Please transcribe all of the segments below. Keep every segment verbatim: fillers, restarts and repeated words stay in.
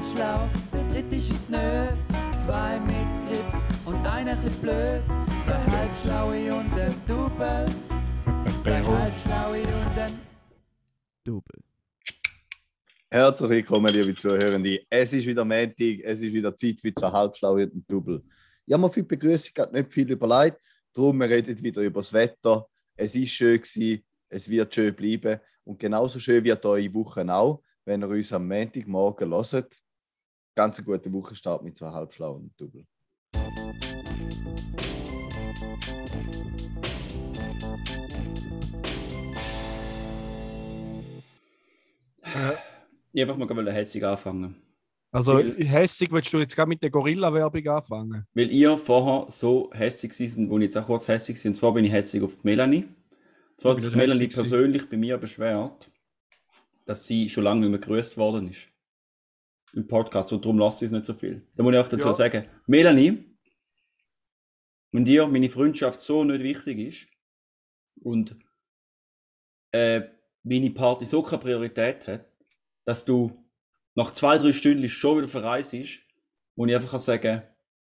ganz schlau, der dritte ist es nö. Zwei mit Grips und einer chli blöd. Zwei halbschlaue und ein Double. Zwei halbschlaue und ein Double. Herzlich willkommen, liebe Zuhörende. Es ist wieder Montag, es ist wieder Zeit für zwei halbschlaue und ein Double. Ich habe mir für die Begrüßung gerade nicht viel überlegt, darum wir reden wieder über das Wetter. Es ist schön gewesen, es wird schön bleiben und genauso schön wird eure Woche auch, wenn ihr uns am Montagmorgen hört. Ganz einen guten Wochenstart mit zwei halbschlauen und Double. Äh, ich einfach mal hässig anfangen. Also hässig willst du jetzt gerade mit der Gorilla-Werbung anfangen? Weil ihr vorher so hässig seid, wo ich jetzt auch kurz hässig bin. Und zwar bin ich hässig auf die Melanie. Zwar hat sich Melanie persönlich bei mir beschwert, dass sie schon lange nicht mehr gegrüßt worden ist. Im Podcast. Und darum lasse ich es nicht so viel. Da muss ich auch dazu ja. sagen, Melanie, wenn dir meine Freundschaft so nicht wichtig ist und äh, meine Party so keine Priorität hat, dass du nach zwei, drei Stunden schon wieder verreist ist, wo ich einfach sagen kann,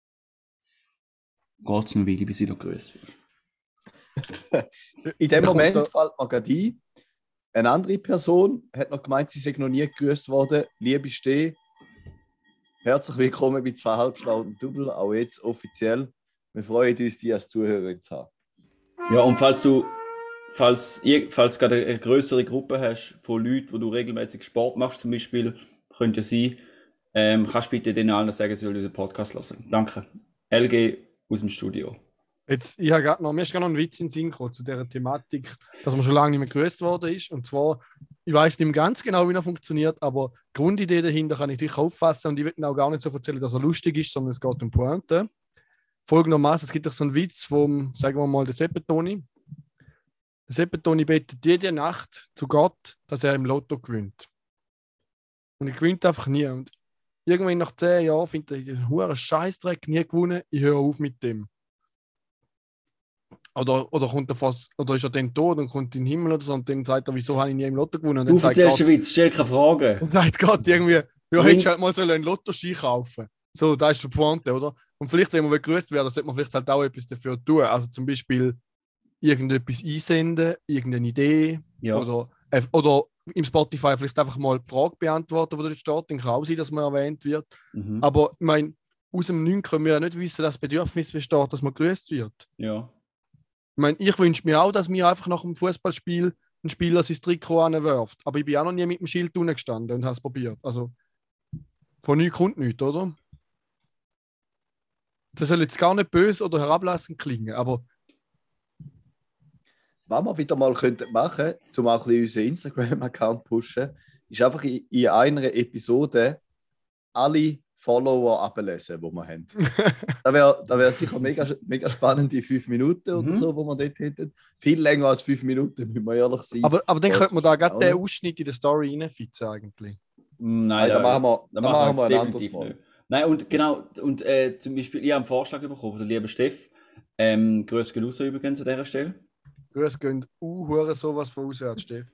geht's noch Weile, bis ich wieder gegrüßt wird. In dem Moment da fällt mir gerade ein, eine andere Person hat noch gemeint, sie sei noch nie gegrüßt worden. Liebe Steh, herzlich willkommen bei zwei halbschlauen Double, auch jetzt offiziell. Wir freuen uns, dich als Zuhörerin zu haben. Ja, und falls du Falls du falls gerade eine größere Gruppe hast von Leuten, wo du regelmäßig Sport machst, zum Beispiel, könnte ja sein, ähm, kannst du bitte den allen sagen, sie sollen unseren Podcast hören. Danke. L G aus dem Studio. Jetzt, ich habe gerade noch, mir ist gerade noch ein Witz in den Sinn gekommen zu dieser Thematik, dass man schon lange nicht mehr gegrüßt worden ist. Und zwar, ich weiß nicht mehr ganz genau, wie er funktioniert, aber die Grundidee dahinter kann ich sicher auffassen und ich will auch gar nicht so erzählen, dass er lustig ist, sondern es geht um Pointe. Folgendermaßen, es gibt doch so einen Witz vom, sagen wir mal, der Seppetoni. Der Seppetoni betet jede Nacht zu Gott, dass er im Lotto gewinnt. Und er gewinnt einfach nie. Und irgendwann nach zehn Jahren findet er den huren Scheißdreck nie gewonnen, ich höre auf mit dem. Oder, oder, kommt er fast, oder ist er dann tot und kommt in den Himmel oder so und dann sagt er, wieso habe ich nie im Lotto gewonnen? Und du erzählst den Witz, stell keine Fragen. Und sagt Gott irgendwie, ja, hättest du halt mal so einen Lottoschein kaufen. So, das ist der Pointe, oder? Und vielleicht, wenn man gegrüßt werden, sollte man vielleicht halt auch etwas dafür tun. Also zum Beispiel irgendetwas einsenden, irgendeine Idee ja. oder, äh, oder im Spotify vielleicht einfach mal die Frage beantworten, die dort steht. Dann kann auch sein, dass man erwähnt wird. Mhm. Aber ich meine, aus dem Nichts können wir ja nicht wissen, dass das Bedürfnis besteht, dass man gegrüßt wird. Ja. Ich meine, ich wünsche mir auch, dass mir einfach nach dem Fußballspiel ein Spieler sein Trikot anwirft. Aber ich bin auch noch nie mit dem Schild unten gestanden und habe es probiert. Also von nichts kommt nichts, oder? Das soll jetzt gar nicht böse oder herablassend klingen, aber was wir wieder mal machen könnten, um auch ein bisschen unseren Instagram-Account zu pushen, ist einfach in, in einer Episode alle Follower ablesen, die wir haben. Das wäre das wär sicher mega, mega spannende fünf Minuten oder mhm. so, die wir dort hätten. Viel länger als fünf Minuten, müssen wir ehrlich sein. Aber, aber dann könnte man da gerade den Ausschnitt in der Story reinfitzen eigentlich. Nein, Nein da, da machen wir, da machen wir ein anderes Mal. Nicht. Nein, und genau, und äh, zum Beispiel, ich habe einen Vorschlag bekommen von der lieben Steff. Ähm, Grüße gehen raus übrigens an dieser Stelle. Grüße gehen uh, sowas von auswärts, Steff.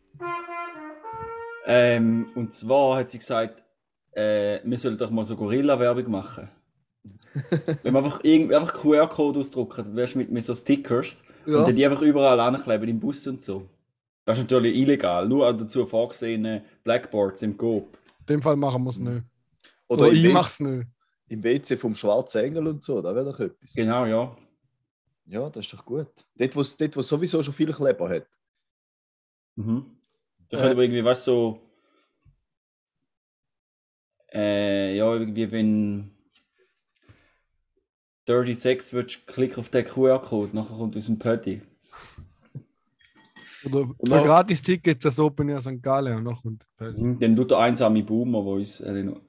Ähm, und zwar hat sie gesagt, äh, wir sollen doch mal so Gorilla-Werbung machen. Wenn wir einfach, einfach Q R-Code ausdrucken, weißt du, mit, mit so Stickers ja. Und dann die einfach überall ankleben, im Bus und so. Das ist natürlich illegal, nur an dazu vorgesehene Blackboards im Coop. In dem Fall machen wir es nicht. Oder, Oder ich mache es nicht. Im W C vom Schwarzen Engel und so, da wäre doch etwas. Genau, ja. Ja, das ist doch gut. Dort, wo es sowieso schon viel Kleber hat. Mhm. Da äh. könnte aber irgendwie, weißt du, so. Äh, ja, irgendwie, wenn. sechsunddreißig würdest du klicken auf den Q R-Code, nachher kommt aus dem Pötti. Oder für Gratis-Tickets das Open Air Sankt Gallen und noch kommt der Pötti. Mhm. Dann tut der einsame Boomer, wo uns. Äh, noch...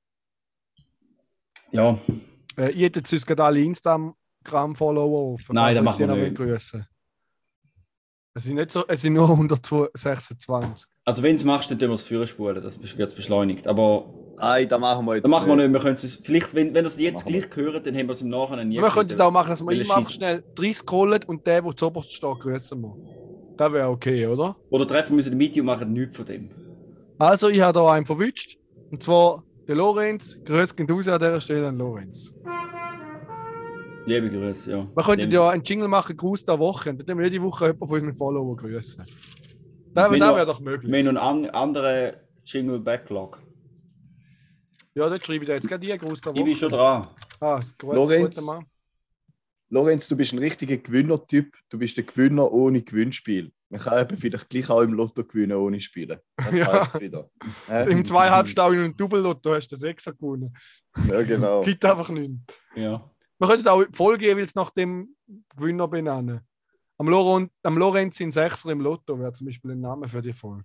Ja. Äh, ich hätte jetzt uns gerade alle Instagram-Follower offen. Nein, das machen wir nicht. Grüßen. Es sind, nicht so, es sind nur hundertsechsundzwanzig. Also wenn du es machst, dann tun wir es vorspulen, das wird es beschleunigt. Aber nein, das machen wir jetzt das machen wir nicht. nicht. Wir können es, vielleicht, wenn, wenn das jetzt gleich hören, dann haben wir es im Nachhinein nie. Wir könnten auch machen, dass wir immer einfach schnell reinscrollen und der, der zuoberst steht, grüßen wir. Das wäre okay, oder? Oder treffen wir uns in der Mitte und machen nichts von dem. Also, ich habe da einen verwünscht. Und zwar Der Lorenz, grüß gehen raus an dieser Stelle an Lorenz. Liebe Grüße, ja. Wir könnten Dem- ja einen Jingle machen, Gruß der Woche. Und dann können wir jede Woche jemanden von unseren Follower grüßen. Das, Wir das noch- wäre doch Wir möglich. haben noch einen an- anderen Jingle-Backlog. Ja, dort schreibe ich dir jetzt gerade die Gruß der Woche. Ich bin schon dran. Ah, gut, Lorenz. gut, Mann. Lorenz, du bist ein richtiger Gewinnertyp. Du bist der Gewinner ohne Gewinnspiel. Man kann eben vielleicht gleich auch im Lotto gewinnen ohne Spielen. Das Ja. zeigt's wieder. Ja, Im Zweihalbstau und Double-Lotto hast du den Sechser gewonnen. ja genau. Gibt einfach nichts. Ja. Wir könnten auch die Folge jeweils nach dem Gewinner benennen. Am, Loren, am Lorenz sind Sechser im Lotto wäre zum Beispiel ein Name für die Folge.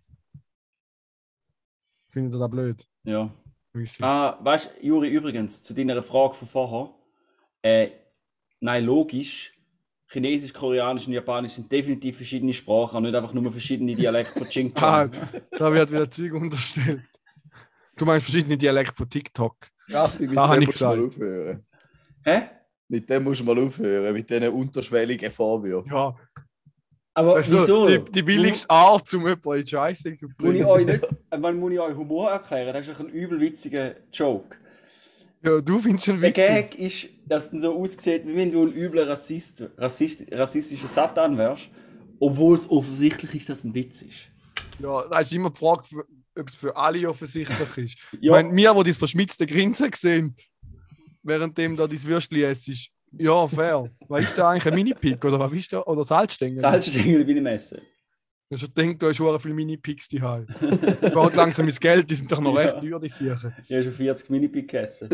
Findet ihr das blöd? Ja. Wissi. Ah, weißt du, Juri, übrigens, zu deiner Frage von vorher. Äh, nein, logisch. Chinesisch, Koreanisch und Japanisch sind definitiv verschiedene Sprachen und nicht einfach nur verschiedene Dialekte von Ah, Xinjiang. da wird wieder Zeug unterstellt. Du meinst verschiedene Dialekte von TikTok. Raffi, mit Da hab dem ich musst du mal gesagt. aufhören. Hä? Mit dem musst du mal aufhören, mit diesen unterschwelligen Vorwürfen. Ja, Aber also, wieso? die, die billigste Art, um jemanden in die Scheiße zu Muss ich bringen. euch nicht, man muss ich euch Humor erklären? Das ist doch ein übel witziger Joke. Ja, du findest ihn Der witzig. Gag ist, dass es dann so aussieht, wie wenn du ein übler Rassist, Rassist, rassistischer Satan wärst, obwohl es offensichtlich ist, dass es ein Witz ist. Ja, da ist immer die Frage, für- ob es für alle offensichtlich ist. Ja. Ich meine, wir, die das verschmitzte Grinsen sehen, währenddem da dein Würstchen isst, ist ja fair. Was ist da eigentlich ein Mini-Pick oder was ist da? Oder Salzstängel? Salzstängel bei dem Essen. Ich habe schon gedacht, du hast schon viele Mini-Picks daheim. Geht langsam ins Geld, die sind doch noch Ja. recht teuer, die Sachen. Ich habe schon vierzig Mini-Pick gegessen.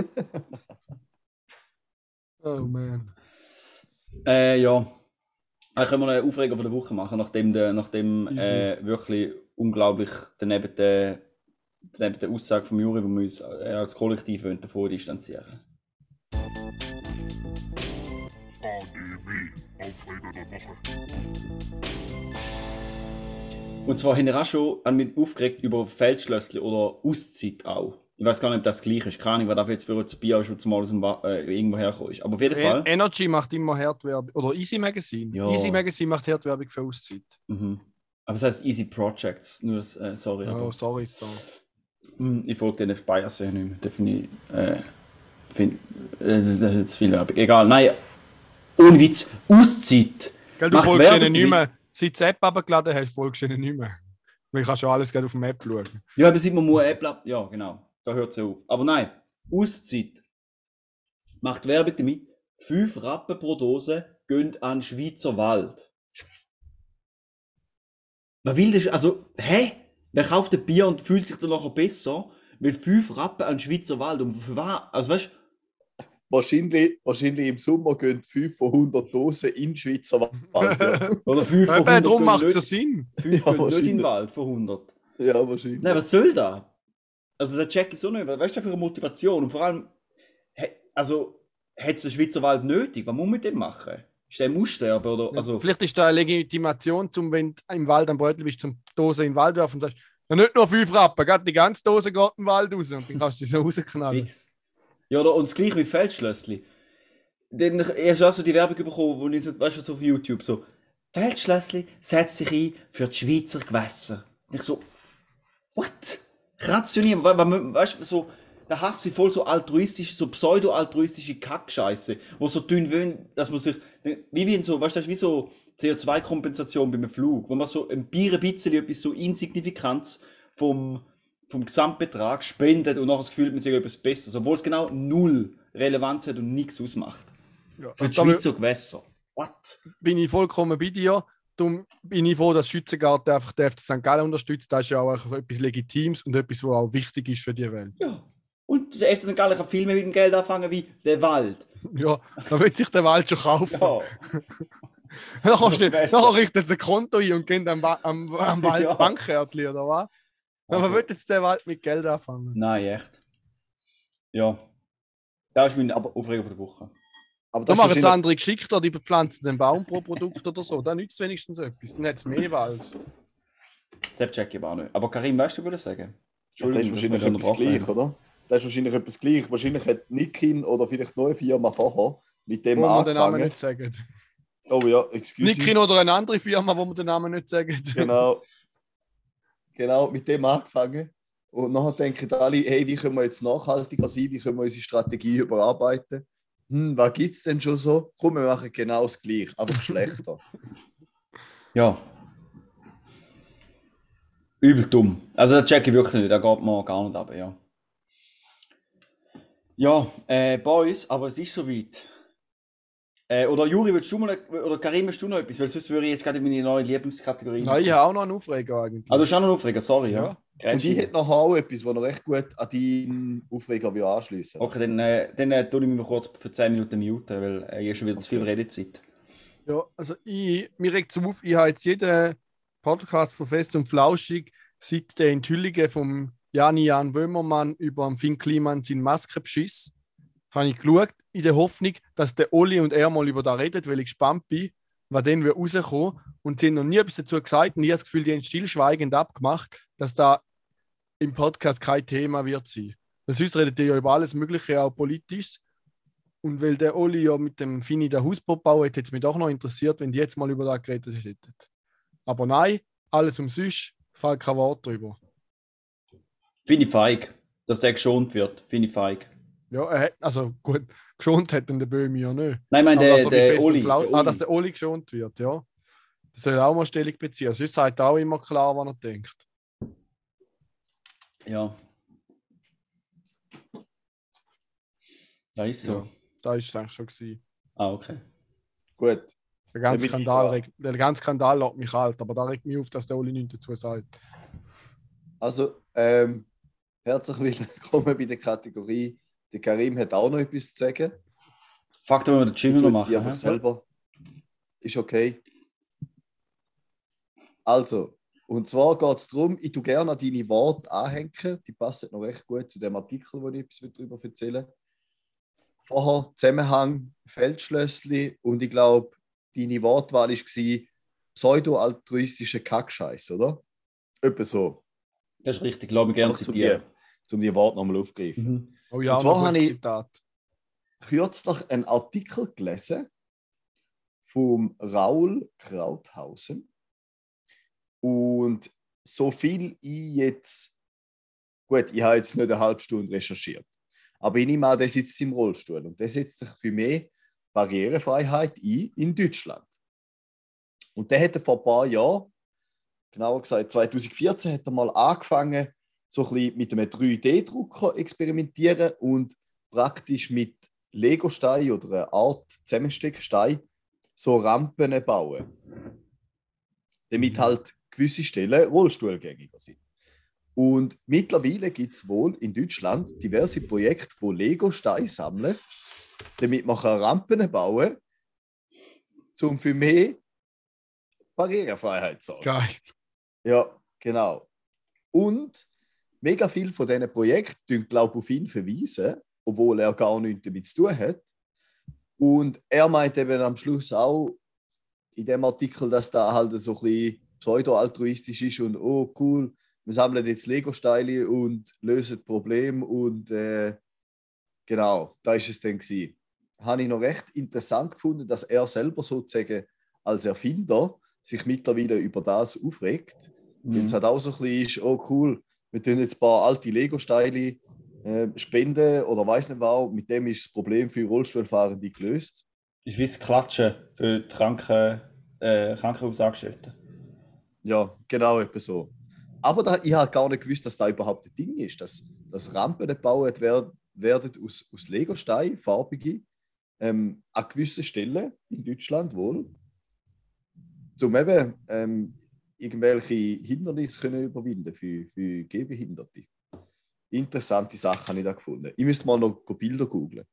Oh man. Äh, ja. Dann können wir eine Aufregung von der Woche machen, nachdem, der, nachdem Easy. äh, wirklich unglaublich daneben der, daneben der Aussage von Juri, wo wir uns äh, als Kollektiv wollen, davon distanzieren. A D W, Aufreger der Woche. Und zwar haben wir auch schon an mich aufgeregt über Feldschlössli oder Auszeit auch. Ich weiß gar nicht, ob das gleich ist. Keine Ahnung, was dafür jetzt für ein Bier schon mal aus dem Wa- äh, irgendwo herkommen ist. Aber auf jeden Fall. En- Energy macht immer Hardwerbung. Oder Easy Magazine. Ja. Easy Magazine macht Hardwerbung für Auszeit. Mhm. Aber es heißt Easy Projects. Nur, das, äh, sorry. Oh, Aber, sorry, ist da. Hm, ich folge denen Bayers ja nicht mehr. Da finde ich. Äh, find, äh, das ist jetzt viel Werbung. Egal. Nein. Ohne Witz. Auszeit. Gell, du Macht folgst Werbung ihnen nicht mit- mehr. Seit du die App abgeladen hast, folgst du ihnen nicht mehr. Weil ich kann schon alles gerade auf dem App schauen. Ja, aber sieht man nur Apple ab. Ja, genau. Da hört es auf. Aber nein, Auszeit macht Werbung damit. Fünf Rappen pro Dose gehen an den Schweizer Wald. Man will das. Also, hä? Wer kauft ein Bier und fühlt sich dann nachher besser? Weil fünf Rappen an den Schweizer Wald. Und für was? Also, weißt Wahrscheinlich, wahrscheinlich im Sommer gehen fünf von hundert Dosen in den Schweizer Wald. Ja, du? Oder fünf von Eben, hundert darum gehen macht es ja nicht- Sinn. Fünf Ja, gehen nicht in den wahrscheinlich. Wald von hundert. ja wahrscheinlich. Nein, was soll da? Also, der check ich so nicht. Was ist das für eine Motivation? Und vor allem, hä- also, hat es der Schweizer Wald nötig? Was muss man mit dem machen? Ist der im Aussterben? Oder, also, Vielleicht ist da eine Legitimation, zum, wenn du im Wald am Beutel bist, zum Dose in den Wald werfen und sagst, ja, nicht nur fünf Rappen, gerade die ganze Dose geht in den Wald raus und dann kannst du sie so rausknallen. fix. Ja, oder, und das gleiche wie Feldschlössli. Dann hast du auch so die Werbung bekommen, wo ich so, weißt du, so auf YouTube so, Feldschlössli setzt sich ein für die Schweizer Gewässer. Und ich so, what? Kratzt ja niemand, weil, weil, weißt du, so, da hasse ich voll so altruistische, so pseudo-altruistische Kackscheiße, wo so dünn wollen, dass man sich, wie wie in so, weißt du, das ist wie so C O zwei Kompensation beim Flug, wo man so ein Bier ein bisschen etwas so Insignifikanz vom, vom Gesamtbetrag spendet und nachher das Gefühl hat, man sich etwas Besseres, obwohl es genau null Relevanz hat und nichts ausmacht. Ja, Für die also, da Schweizer Gewässer. What? bin ich vollkommen bei dir. Darum bin ich froh, dass Schützengarten einfach der F C Sankt Gallen unterstützt. Das ist ja auch einfach etwas Legitimes und etwas, was auch wichtig ist für die Welt. Ja. Und der F C Sankt Gallen kann viel mehr mit dem Geld anfangen wie der Wald. Ja, man will sich den Wald schon kaufen. Ja. Nachher, steht, Besser. nachher richtet sie ein Konto ein und geht am, Wa- am, am Wald Ja. das Bankkärtchen, oder was? Aber Also- man will jetzt den Wald mit Geld anfangen. Nein, echt. Ja. Das ist meine Aufregung der Woche. Aber Da das ist machen es wahrscheinlich- andere geschickter, die bepflanzen den Baum pro Produkt oder so. Da nützt es wenigstens etwas. Dann hat es mehr Wald. Das check ich aber auch nicht. Aber Karim, weißt du, was ich sagen? Ja, das ist dass wahrscheinlich wir etwas unterbrochen gleich, haben. oder? Das ist wahrscheinlich etwas gleich. Wahrscheinlich hat Nikin oder vielleicht noch eine Firma vorher mit dem Wo wir den Namen angefangen. nicht sagen. Oh ja, excuse Nikin oder eine andere Firma, wo wir den Namen nicht sagen. Genau. Genau, mit dem angefangen. Und nachher denken alle, hey, wie können wir jetzt nachhaltiger sein, wie können wir unsere Strategie überarbeiten? Hm, was gibt es denn schon so? Komm, wir machen genau das Gleiche, aber schlechter. Ja. Übel dumm. Also das check ich wirklich nicht, da geht man gar nicht ab, ja. Ja, äh, Boys, aber es ist soweit. Äh, oder Juri, willst du mal, oder Karim, hast du noch etwas? Weil sonst würde ich jetzt gerade in meine neue Lieblingskategorie. Nein, ich habe auch noch einen Aufreger eigentlich. Ah, du hast auch noch einen Aufreger, sorry, ja. Ja. Und ich hätte nachher auch etwas, das noch recht gut an deinen Aufreger will anschliessen. Okay, dann, äh, dann äh, tue ich mich mal kurz für zehn Minuten muten, weil äh, ich habe schon wieder zu viel Okay. Redezeit. Ja, also ich, mir regt es auf, ich habe jetzt jeden Podcast von Fest und Flauschig seit den Enthüllungen vom Jani Jan Böhmermann über den Finn Kliman seinen Maskenbeschiss, habe ich geschaut, in der Hoffnung, dass der Oli und er mal über da redet, weil ich gespannt bin, was dann wird rauskommen. Und sie haben noch nie etwas dazu gesagt und ich habe das Gefühl, die haben stillschweigend abgemacht, dass da im Podcast kein Thema wird sein. Weil sonst redet ihr ja über alles Mögliche, auch politisch. Und weil der Oli ja mit dem Fini den Hausbau baut, hätte es mich doch noch interessiert, wenn die jetzt mal über das geredet hätten. Aber nein, alles umsonst, fällt kein Wort drüber. Finde ich feig, dass der geschont wird. Finde ich feig. Ja, er hat, also gut, geschont hat den der Böhmi ja nicht. Nein, ich meine, Aber der, dass er bei der, Fest und Oli, Flau- der Ah, Oli. dass der Oli geschont wird, ja. Das soll auch mal Stellung beziehen. Sonst sagt er auch immer klar, was er denkt. Ja. Das ist so. Ja. Das war es eigentlich schon gewesen. Ah, okay. Gut. Der ganze, Da bin ich Skandal, da. regt- der ganze Skandal lässt mich kalt, aber da regt mich auf, dass der Oli nichts dazu sagt. Also, ähm, herzlich willkommen bei der Kategorie. Der Karim hat auch noch etwas zu sagen. Fakt, wenn wir den Ich Jingle tue noch jetzt die machen. einfach hä? selber. Ist okay. Also, und zwar geht es darum, ich tue gerne an deine Worte anhängen. Die passen noch recht gut zu dem Artikel, wo ich etwas darüber erzählen will. Vorher Zusammenhang, Feldschlössli und ich glaube, deine Wortwahl war pseudo-altruistischer Kackscheiß, oder? Etwa so. Das ist richtig, lass mich gerne Einfach zum zitieren. die, um die Worte nochmal aufgreifen. Mhm. Oh ja, Und noch zwar ein habe gutes ich- Zitat. Kürzlich einen Artikel gelesen vom Raul Krauthausen. Und so viel ich jetzt, gut, ich habe jetzt nicht eine halbe Stunde recherchiert, aber ich nehme an, der sitzt im Rollstuhl und der setzt sich für mehr Barrierefreiheit ein in Deutschland. Und der hatte vor ein paar Jahren, genauer gesagt zwanzig vierzehn, hat er mal angefangen, so ein bisschen mit einem drei D-Drucker experimentieren und praktisch mit Lego-Stein oder einer Art Zusammensteckstein so Rampen bauen. Damit halt gewisse Stellen rollstuhlgängiger sind. Und mittlerweile gibt es wohl in Deutschland diverse Projekte, wo Lego-Steine sammeln, damit man Rampen bauen kann, um für mehr Barrierefreiheit zu sorgen. Geil. Ja, genau. Und mega viel von diesen Projekten, glaube ich, auf ihn verweisen, obwohl er gar nichts damit zu tun hat. Und er meint eben am Schluss auch in dem Artikel, dass da halt so ein bisschen pseudo-altruistisch ist und oh cool, wir sammeln jetzt Lego-Steine und lösen das Problem und äh, genau, da ist es dann gewesen. Habe ich noch recht interessant gefunden, dass er selber sozusagen als Erfinder sich mittlerweile über das aufregt. Mhm. Jetzt hat auch so ein bisschen ist, oh cool, wir tun jetzt ein paar alte Lego-Steine äh, spenden oder weiß nicht was, mit dem ist das Problem für Rollstuhlfahrende gelöst. Ist wie das Klatschen für die Kranken, äh, Krankenhausangestellten. Ja, genau, etwa so. Aber da, ich habe gar nicht gewusst, dass da überhaupt ein Ding ist, dass, dass Rampen gebaut werden, werden aus, aus Lego-Steinen, farbige, ähm, an gewissen Stellen in Deutschland wohl, um eben ähm, irgendwelche Hindernisse können überwinden für, für Gehbehinderte. Interessante Sachen habe ich da gefunden. Ich müsste mal noch Bilder googlen.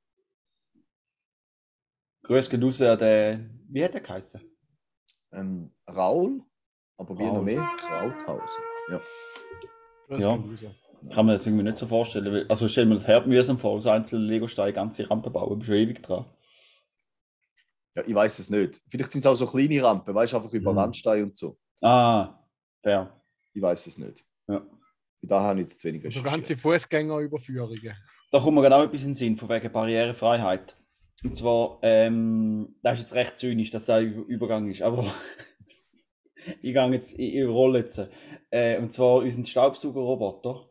Grüß geht raus an den, wie hat der geheißen? Ähm, Raul, aber wie Raul. noch mehr? Krauthausen. Ja. Das Ja. geht raus. Kann man das irgendwie nicht so vorstellen. weil- Also stell mir das her mühsam vor, aus einzelnen Lego-Steinen ganze Rampen bauen, bin schon ewig dran. Ja, ich weiß es nicht. Vielleicht sind es auch so kleine Rampen, weißt du, einfach über Mhm. Randsteine und so. Ah, fair. Ich weiß es nicht. Ja. Da habe ich jetzt zu wenig So recherchiert. ganze Fußgängerüberführungen. Da kommt mir genau etwas in den Sinn, von wegen Barrierefreiheit. Und zwar, ähm, das ist jetzt recht zynisch, dass das ein Übergang ist, aber ich gehe jetzt, ich, ich rolle jetzt. Äh, und zwar unseren Staubsaugerroboter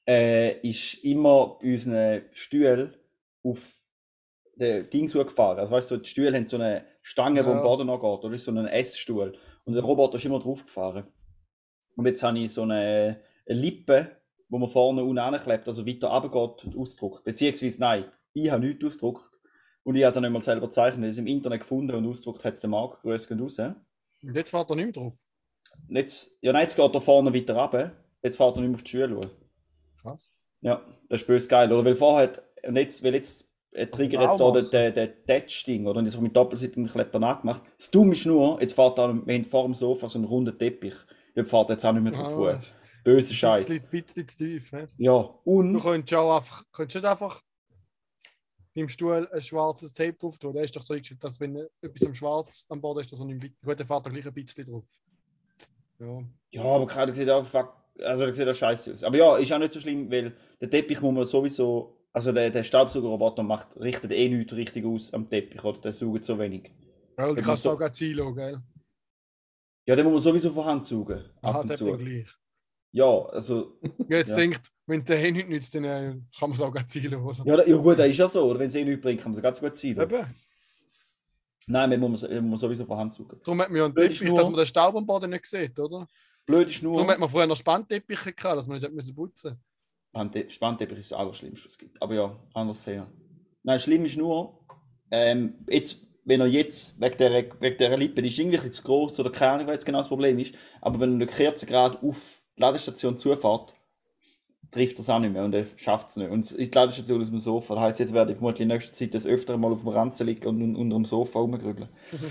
äh, ist immer bei unseren Stühlen auf den Ding gefahren. Also weißt du, die Stühle haben so eine Stange, die Ja. am Boden noch geht, oder so einen Essstuhl. Und der Roboter ist immer drauf gefahren. Und jetzt habe ich so eine, eine Lippe, wo man vorne unten anklebt, also weiter runter geht, ausdruckt. Beziehungsweise nein, ich habe nichts ausgedruckt. Und ich habe es auch nicht mal selber gezeichnet. Ich habe es im Internet gefunden und ausgedruckt hat es der Marc. Grüß gehen raus. Und jetzt fährt er nicht mehr drauf. Und jetzt, ja, nein, jetzt geht er vorne weiter runter. Jetzt fährt er nicht mehr auf die Schule schauen. Krass. Ja, das ist böse geil. Oder weil vorher hat, und jetzt, weil jetzt äh, Trigger jetzt so Baumasse. der, der, der Touch-Ding, oder? Und das habe ich mit doppelseitigen Klepper nachgemacht. Das Dumme ist nur, jetzt fährt er, wir haben vor dem Sofa so einen runden Teppich. Der fährt jetzt auch nicht mehr drauf. Ah, Ah, böse Ein Scheiß. bisschen, bisschen zu tief. He? Ja, Du und. könntest auch einfach, könntest nicht einfach beim Stuhl ein schwarzes Tape drauf tun. Der ist doch so eingestellt, dass wenn etwas am Schwarz am Boden ist, dass er nicht weiter. Gut, der fährt da gleich ein bisschen drauf. Ja. Ja, aber gerade sieht auch fuck, also der sieht auch scheiße aus. Aber ja, ist auch nicht so schlimm, weil der Teppich muss man sowieso, also der, der Staubsaugerroboter macht, richtet eh nichts richtig aus am Teppich, oder? Der saugt so wenig. Ja, du Wenn kannst man auch gerade ziehen, gell? Ja, den muss man sowieso von Hand saugen. Aha, Ab und das zu. hat dann gleich. Ja, also. Jetzt Ja. denkt, wenn der Handy nicht nützt, dann äh, kann man es auch gerade ziehen. Also. Ja, da- ja gut, das ist ja so, oder wenn es eh nichts bringt, kann man es ganz gut ziehen. Eben. Nein, man muss, man muss sowieso von Hand saugen. Darum hat man ja einen Blöd ist Teppich, nur- dass man den Staub am Boden nicht sieht, oder? Blöd ist nur, Darum hat man früher noch Spannteppiche gehabt, dass man nicht hat müssen putzen. Spannte- Spannteppich ist das Allerschlimmste, was es gibt. Aber ja, anders Thema. Nein, schlimm ist nur, ähm, jetzt, wenn er jetzt wegen dieser, wegen dieser Lippe, die ist irgendwie ein bisschen zu groß oder keine Ahnung, was jetzt genau das Problem ist, aber wenn er eine Kerze gerade auf die Ladestation zufährt, trifft er es auch nicht mehr und er schafft es nicht. Und die Ladestation aus dem Sofa, das heisst, jetzt werde ich vermutlich in nächster Zeit das öfter mal auf dem Ranzen liegen und un- unter dem Sofa rumgrügeln.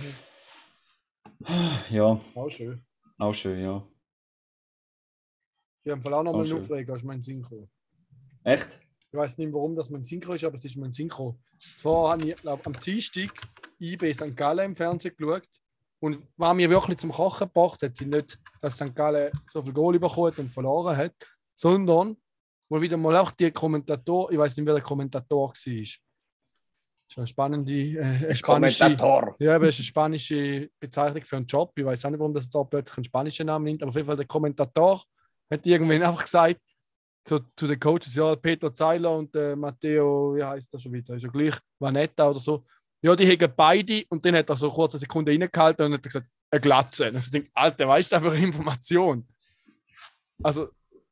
Ja, Auch schön. auch schön, ja. Ich habe im Fall auch noch mal Auch einen schön. Aufreger, ist mein Synchro. Echt? Ich weiß nicht, warum das mein Synchro ist, aber es ist mein Synchro. Zwar habe ich, glaube am Dienstag I B Sankt Gallen im Fernsehen geschaut und war mir wirklich zum Kochen gebracht, hat sie nicht, dass Sankt Gallen so viel Goal bekommen und verloren hat, sondern mal wieder mal auch die Kommentator, ich weiß nicht, wer der Kommentator war. Das ist eine spannende, äh, eine spanische, Kommentator. ja, aber es ist eine spanische Bezeichnung für einen Job. Ich weiß auch nicht, warum das da plötzlich einen spanischen Namen nimmt, aber auf jeden Fall der Kommentator hat irgendwann einfach gesagt, so, zu den Coaches, ja, Peter Zeiler und äh, Matteo, wie heißt der schon wieder? Ist ja gleich, Vanetta oder so. Ja, die haben beide und dann hat er so kurz eine Sekunde reingehalten und hat gesagt, eine Glatze. Und ich denke, Alter, weißt du einfach Information? Also,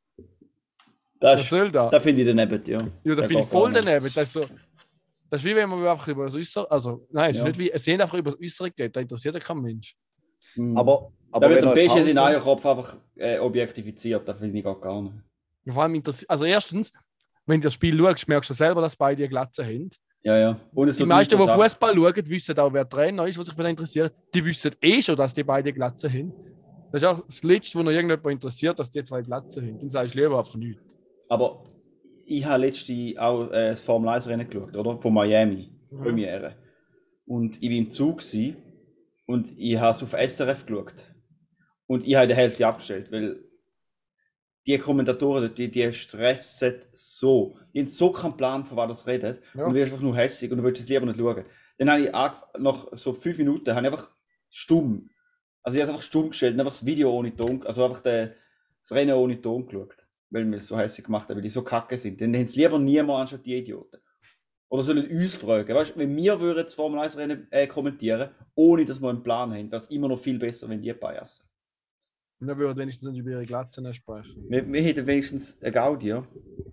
Das, was soll das? da finde ich daneben, ja. Ja, da Der finde ich geht voll gar nicht. daneben. Das ist, so, das ist wie wenn man einfach über das Äußere, also nein, es Ja. ist nicht wie, es sind einfach über das Äußere geht, da interessiert ja kein Mensch. Mhm. Aber, da aber wird wenn der er Beste Pause- in einem Kopf einfach äh, objektifiziert, das finde ich gar, gar nicht. Und vor allem interessiert, also erstens, wenn du das Spiel schaust, merkst du selber, dass beide eine Glatze haben. Ja, ja. Und es Die so meisten, die Sachen- Fußball schauen, wissen auch, wer Trainer ist, was sich für den interessiert. Die wissen eh schon, dass die beide Glatze haben. Das ist auch das Letzte, wo noch irgendjemand interessiert, dass die zwei Glatze haben. Dann sagst du lieber einfach nichts. Aber ich habe letztens auch äh, das Formel eins Rennen geschaut, oder? Von Miami, Mhm. Premiere. Und ich war im Zug gewesen, und ich habe es auf S R F geschaut. Und ich habe die Hälfte abgestellt, weil die Kommentatoren dort, die, die stressen so. Die haben so keinen Plan, von was das redet. Ja. Und du wirst einfach nur hässlich und du willst es lieber nicht schauen. Dann habe ich angef- nach so fünf Minuten habe ich einfach stumm. Also ich habe es einfach stumm gestellt und einfach das Video ohne Ton, also einfach den, das Rennen ohne Ton geschaut. Weil wir es so hässlich gemacht haben, weil die so kacke sind. Dann haben es lieber niemand anstatt die Idioten. Oder sollen uns fragen. Weißt du, wenn wir würden das Formel eins Rennen äh, kommentieren, ohne dass wir einen Plan haben, wäre es immer noch viel besser, wenn die beißen. Und dann würde wenigstens über ihre Glatzen sprechen. Wir, wir hätten wenigstens eine Gaudi, ja.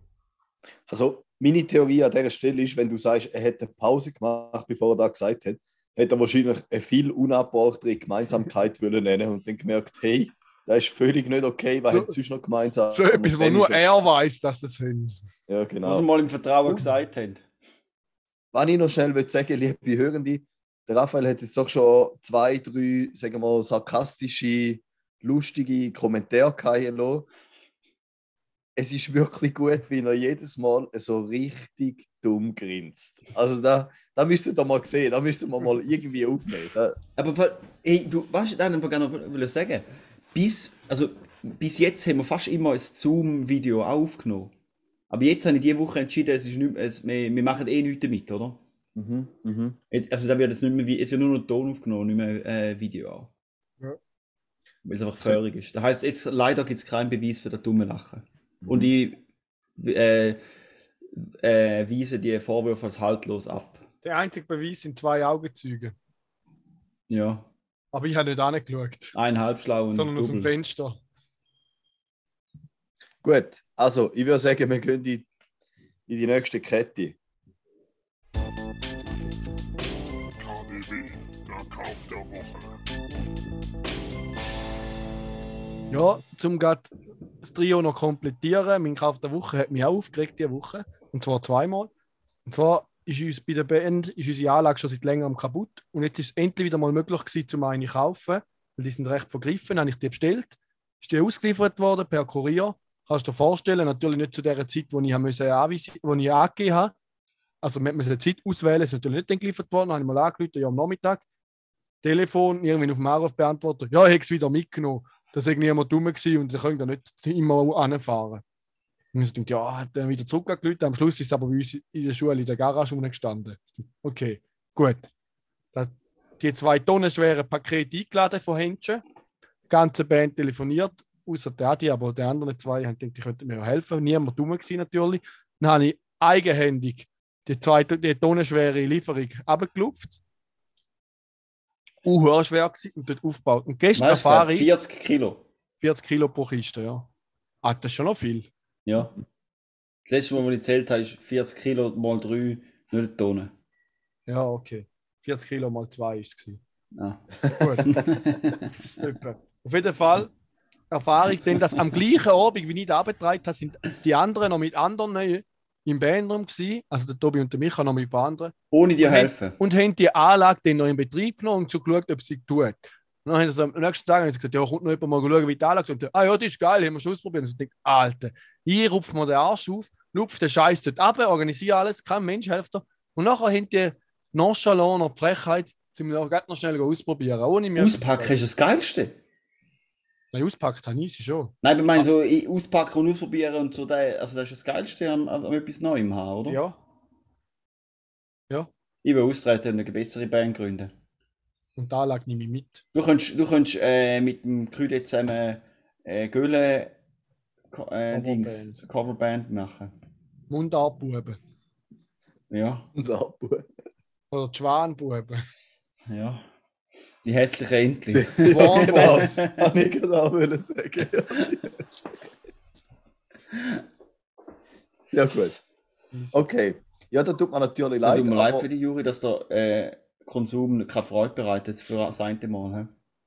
Also, meine Theorie an dieser Stelle ist, wenn du sagst, er hätte eine Pause gemacht, bevor er da gesagt hat, hätte er wahrscheinlich eine viel unabbrauchtere Gemeinsamkeit wollen nennen und dann gemerkt, hey, das ist völlig nicht okay, was So- hat sonst noch gemeinsam? So etwas, wo Und dann nur ist er weiß, dass es sind. Ja, Was genau. wir mal im Vertrauen Uh. gesagt haben. Was ich noch schnell will sagen, liebe Hörende, der Raphael hat jetzt doch schon zwei, drei, sagen wir mal, sarkastische, lustige Kommentare gehabt lassen. Es ist wirklich gut, wie er jedes Mal so richtig dumm grinst. Also da, da müsst ihr doch mal sehen, da müsst ihr mal irgendwie aufnehmen. Da, Aber weil- ey, du weißt, ich einfach gerne noch will sagen, bis, also, bis jetzt haben wir fast immer ein Zoom-Video aufgenommen. Aber jetzt habe ich diese Woche entschieden, es ist nicht, es, wir, wir machen eh nichts damit, oder? mhm, mhm. Jetzt, also da wird jetzt nicht mehr, wie- es wird nur noch Ton aufgenommen, nicht mehr äh, Video auch. Ja. Weil es einfach traurig ist. Das heisst, jetzt leider gibt es keinen Beweis für das dumme Lachen. Und ich äh, äh, weisen die Vorwürfe als haltlos ab. Der einzige Beweis sind zwei Augenzeuge. Ja. Aber ich habe nicht angeschaut, Ein Halbschlau und sondern aus dem Double. Fenster. Gut, also ich würde sagen, wir gehen in, in die nächste Kette. K D W, der Kauf der Woche. Ja, zum gerade das Trio noch komplettieren. Mein Kauf der Woche hat mich auch aufgeregt diese Woche. Und zwar zweimal. Und zwar ist uns bei der Band ist unsere Anlage schon seit längerem kaputt. Und jetzt ist es endlich wieder mal möglich gewesen, um eine zu kaufen. Weil die sind recht vergriffen, dann habe ich die bestellt. Ist die ausgeliefert worden per Kurier. Kannst du dir vorstellen, natürlich nicht zu der Zeit, wo ich, musste anweisen, wo ich angegeben habe. Also man musste eine Zeit auswählen, ist natürlich nicht geliefert worden. Dann habe ich mal angerufen, ja am Nachmittag. Telefon, irgendwie auf dem Anruf beantwortet. Ja, ich habe es wieder mitgenommen. Das war niemand dumm gewesen und ich konnte da nicht immer anfahren. Und ich dachte, ja, hat er wieder zurückgelegt. Am Schluss ist es aber bei uns in der Schule in der Garage gestanden. Okay, gut. Das, die zwei Tonnen schweren Pakete eingeladen von Händchen. Die ganze Band telefoniert, außer der Adi, aber die anderen zwei haben gedacht, die könnten mir helfen. Niemand dumm gewesen natürlich. Dann habe ich eigenhändig die zwei die tonnenschwere Lieferung abgelupft. Uh, schwer gewesen und dort aufgebaut. Und gestern Weißt du, fahre ich vierzig Kilo. vierzig Kilo pro Kiste, ja. Ah, das ist schon noch viel. Ja. Das letzte Mal, als ich gezählt habe, ist vierzig Kilo mal drei, nicht eine Tonne. Ja, okay. vierzig Kilo mal zwei war es. Ah. Gut. Etwa. Auf jeden Fall erfahre ich dann, dass am gleichen Abend, wie ich da abgetragen habe, sind die anderen noch mit anderen im Bandraum gewesen. Also der Tobi und der Micha noch mit ein paar anderen. Ohne dir und helfen. Haben, und haben die Anlage dann noch in Betrieb genommen und so geschaut, ob sie tut. Und dann haben sie am nächsten Tag gesagt, ja, kommt noch jemand mal schauen, wie die Anlage ist. Ah ja, das ist geil, haben wir schon ausprobiert. Und ich dachte, Alter, ich rupfe mir den Arsch auf, lupfe den Scheiß dort ab, organisiere alles, kein Mensch hilft dir. Und nachher haben die nonchalant noch die Frechheit, um noch noch schnell ausprobieren. Ohne mir Auspacken ist das Geilste. Nein, auspackt habe ich sie schon. Nein, ich meine so ich auspacken und ausprobieren und so, der, also das ist das Geilste am, am etwas Neuem haben, oder? Ja. Ja. Ich will austreten und eine bessere Band gründen. Und da lag nehme ich mit. Du könntest, du könntest äh, mit dem Krüde zusammen äh, Göhle äh, Dings, Coverband machen. Mundartbuben. Ja. Und Abbuben. Oder die Schwanbuben. Ja. Die hässlichen Entchen. Swan Genau, Boys. habe ich gerade auch wollen sagen. Sehr gut. Okay. Ja, da tut man natürlich Da leid. tut mir leid aber- für die Juri, dass der äh, Konsum keine Freude bereitet für das eine Mal.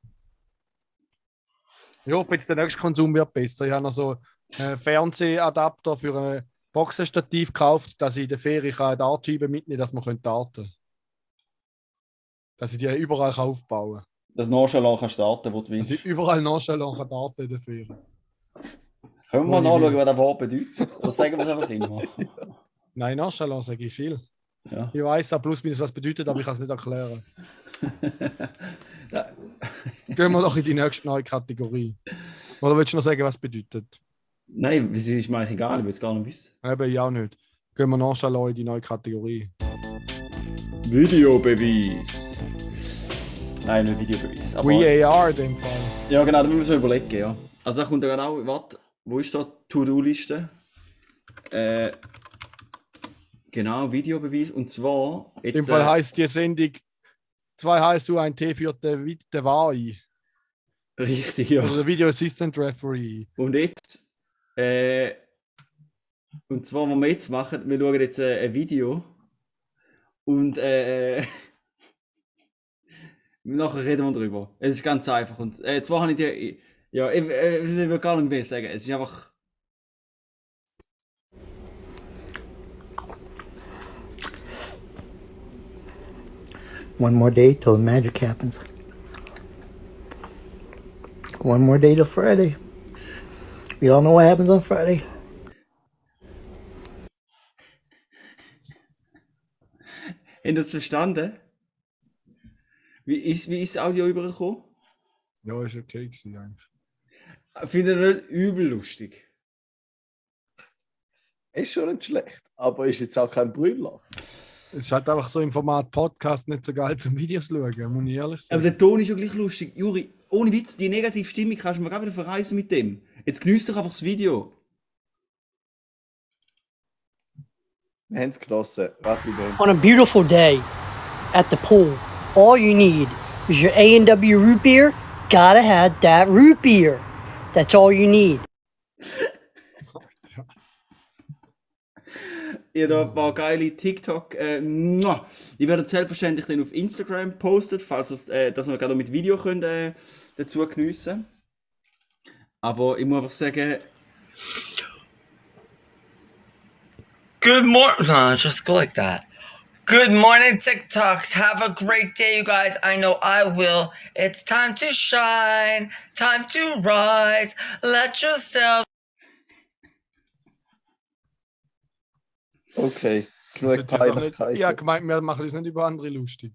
He? Ich hoffe, jetzt der nächste Konsum wird besser. Ich habe noch so einen Fernsehadapter für ein Boxenstativ gekauft, dass ich in der Ferie eine Dartscheibe mitnehmen kann, dass man darten kann. Dass ich die überall aufbauen kann. Das Nonchalant kann starten, wo du Dass willst. ich überall nonchalant kann darten in der Ferie. Können wir mal Wo ich nachschauen, will. was das Wort bedeutet? Oder sagen wir es einfach immer? Nein, nonchalant sage ich viel. Ja. Ich weiß auch plus minus, was bedeutet, aber ich kann es nicht erklären. Ja. Gehen wir doch in die nächste neue Kategorie. Oder willst du noch sagen, was es bedeutet? Nein, es ist mir eigentlich egal, ich will es gar nicht wissen. Eben, ich auch nicht. Gehen wir nonchalant in die neue Kategorie. Videobeweis. Nein, nicht Videobeweis. Aber, V A R in dem Fall. ja, genau, da müssen wir überlegen, ja. Also da kommt ja genau, warte, wo ist da die To-Do-Liste? Äh, genau, Videobeweis. Und zwar. Jetzt, In dem Fall äh, heisst die Sendung zwei H S U, ein T für den, Vi- den W A I. Richtig, ja. Also der Video Assistant Referee. Und jetzt, äh, und zwar, was wir jetzt machen, wir schauen jetzt äh, ein Video und äh, nachher reden wir drüber. Es ist ganz einfach. Und äh, zwar habe ich die, ja, ich, äh, ich will gar nicht mehr sagen. Es ist einfach. One more day till the magic happens. One more day till Friday. We all know what happens on Friday. Habt ihr das verstanden? Wie ist, wie ist das Audio übergekommen? Ja, ist okay gewesen eigentlich. Finde ich nicht übel lustig. Ist schon nicht schlecht, aber ist jetzt auch kein Brüller. Es ist halt einfach so im Format Podcast nicht so geil zum Videos schauen, muss ich ehrlich Aber sagen. der Ton ist ja gleich lustig. Juri, ohne Witz, die negative Stimmung kannst du mir gerade wieder verreisen mit dem. Jetzt genießt doch einfach das Video. Wir haben es genossen. Rachli, wir haben On a beautiful day at the pool, all you need is your A and W root beer. Gotta have that root beer. That's all you need. Ihr da ein paar geile TikTok. Äh, muah. die werden selbstverständlich dann auf Instagram postet, falls ihr äh, das noch gerade mit Video könnt, äh, dazu geniessen. Aber ich muss einfach sagen. Good morning. No, just go like that. Good morning, TikToks. Have a great day, you guys. I know I will. It's time to shine, time to rise. Let yourself. Okay, Das genug jetzt einfach nicht, Peinlichkeiten. ja, gemeint, wir machen uns nicht über andere lustig.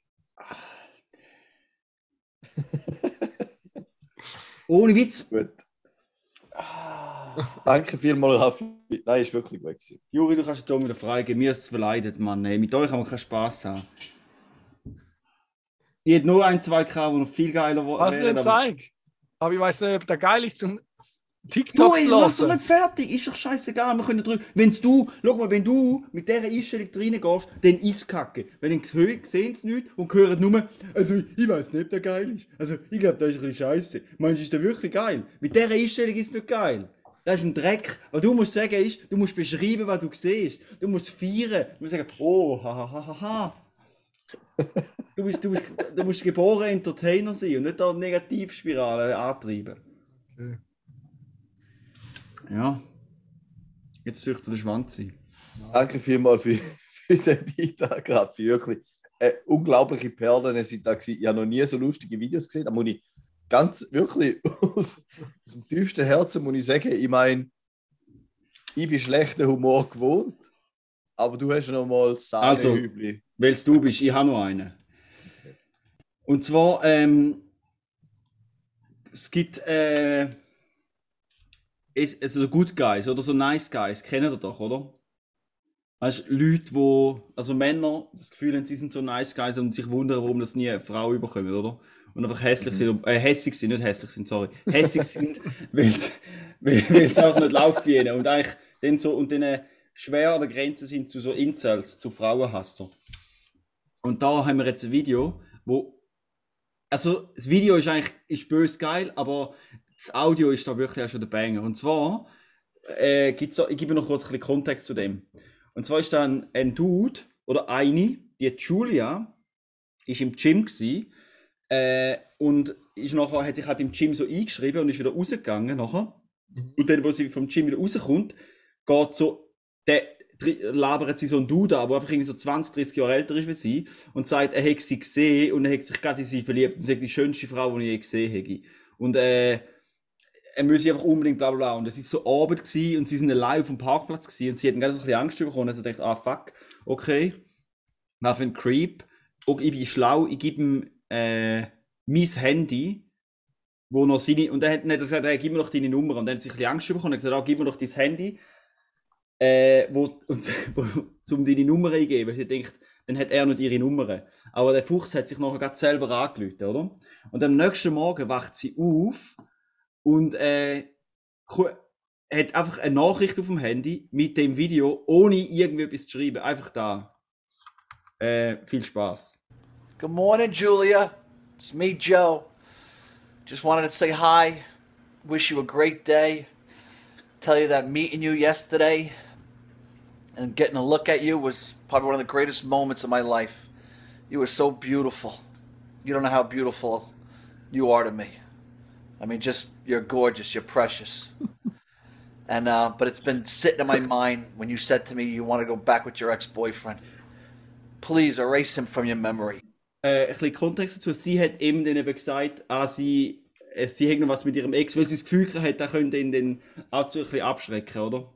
Ohne Witz. Gut. Danke vielmals, Raffi. Nein, ist wirklich gut gewesen. Juri, du kannst hier wieder freigeben. Mir ist es verleidet, Mann. Ey. Mit euch kann man keinen Spaß haben. Ich hätte nur ein, zwei gehabt, die noch viel geiler wären. Was denn aber- zeig? Aber ich weiß nicht, ob der geil ist zum Du, TikTok ey, lass doch hören. nicht fertig, ist doch scheißegal, wir können drüber. Wenn's du, schau mal, wenn du mit dieser Einstellung reingehst, dann ist Kacke. Wenn ich es sehen es nicht und hören nur, also ich weiß nicht, ob der geil ist. Also ich glaube, das ist ein bisschen scheiße. Meinst du, ist der wirklich geil? Mit dieser Einstellung ist es nicht geil. Das ist ein Dreck. Was du musst sagen ist, du musst beschreiben, was du siehst. Du musst feiern. Du musst sagen, oh, ha, ha, ha, ha, ha. Du, bist, du, bist, du musst geboren Entertainer sein und nicht da Negativspirale antreiben. Okay. Ja. Jetzt züchtet der Schwanz sein. Danke vielmals für, für den Beitrag, Raffi. Wirklich eine unglaubliche Perlen sind da gewesen. Ich habe noch nie so lustige Videos gesehen. Da muss ich ganz wirklich aus, aus dem tiefsten Herzen muss ich sagen, ich meine, ich bin schlechten Humor gewohnt, aber du hast noch mal Sahnehübli. Weil es du bist, ich habe noch einen. Und zwar, ähm, es gibt, äh, es, also so Good Guys oder so Nice Guys, kennt ihr doch, oder? Weißt du, Leute, die, also Männer, das Gefühl haben, sie sind so Nice Guys und sich wundern, warum das nie eine Frau überkommen, oder? Und einfach hässlich sind, äh, hässlich sind, nicht hässlich sind, sorry, hässlich sind, weil es weil, weil's auch nicht läuft bei ihnen. Und eigentlich dann so, und dann schwer an der Grenze sind zu so Incels, zu Frauenhasser. Und da haben wir jetzt ein Video, wo, also das Video ist eigentlich ist böse geil, aber das Audio ist da wirklich auch schon der Banger. Und zwar, äh, gibt's so, ich gebe noch kurz ein bisschen Kontext zu dem. Und zwar ist dann ein Dude, oder eine, die Julia, ist im Gym gsi, äh, und ist nachher, hat sich halt im Gym so eingeschrieben und ist wieder rausgegangen nachher. Und dann, wo sie vom Gym wieder rauskommt, geht so, der labert sie so einen Dude an, der einfach irgendwie so zwanzig, dreißig Jahre älter ist wie sie und sagt, er hätte sie gesehen und er hätte sich gerade in sie verliebt und sie ist die schönste Frau, die ich je gesehen habe. Und äh, er müsse einfach unbedingt bla bla bla. Und es war so Abend gewesen, und sie sind allein auf dem Parkplatz gewesen, und sie hatten gerade so ein bisschen Angst bekommen. Also dachte, ah fuck, okay. Was für ein Creep. Und ich bin schlau, ich gebe ihm äh, mein Handy, wo noch seine, und er hat nicht gesagt, hey, gib mir doch deine Nummer. Und dann hat er sich ein bisschen Angst bekommen und gesagt, ah, gib mir doch dein Handy. Äh, wo, und, wo, um deine Nummer eingeben. Sie denkt, dann hat er nicht ihre Nummer. Aber der Fuchs hat sich nachher gerade selber angerufen, oder? Und am nächsten Morgen wacht sie auf und äh, hat einfach eine Nachricht auf dem Handy mit dem Video, ohne irgendwie etwas zu schreiben. Einfach da. Äh, viel Spaß. Good morning, Julia. It's me, Joe. Just wanted to say hi. Wish you a great day. Tell you that meeting you yesterday and getting a look at you was probably one of the greatest moments of my life. You were so beautiful. You don't know how beautiful you are to me. I mean, just, you're gorgeous, you're precious. And uh, but it's been sitting in my mind when you said to me you want to go back with your ex-boyfriend. Please erase him from your memory. Äh, ein bisschen Kontext dazu. Sie hat ihm dann eben gesagt, ah, sie, äh, sie hat noch was mit ihrem Ex, weil sie das Gefühl hat, er könnte ihn dann auch so ein bisschen abschrecken, oder?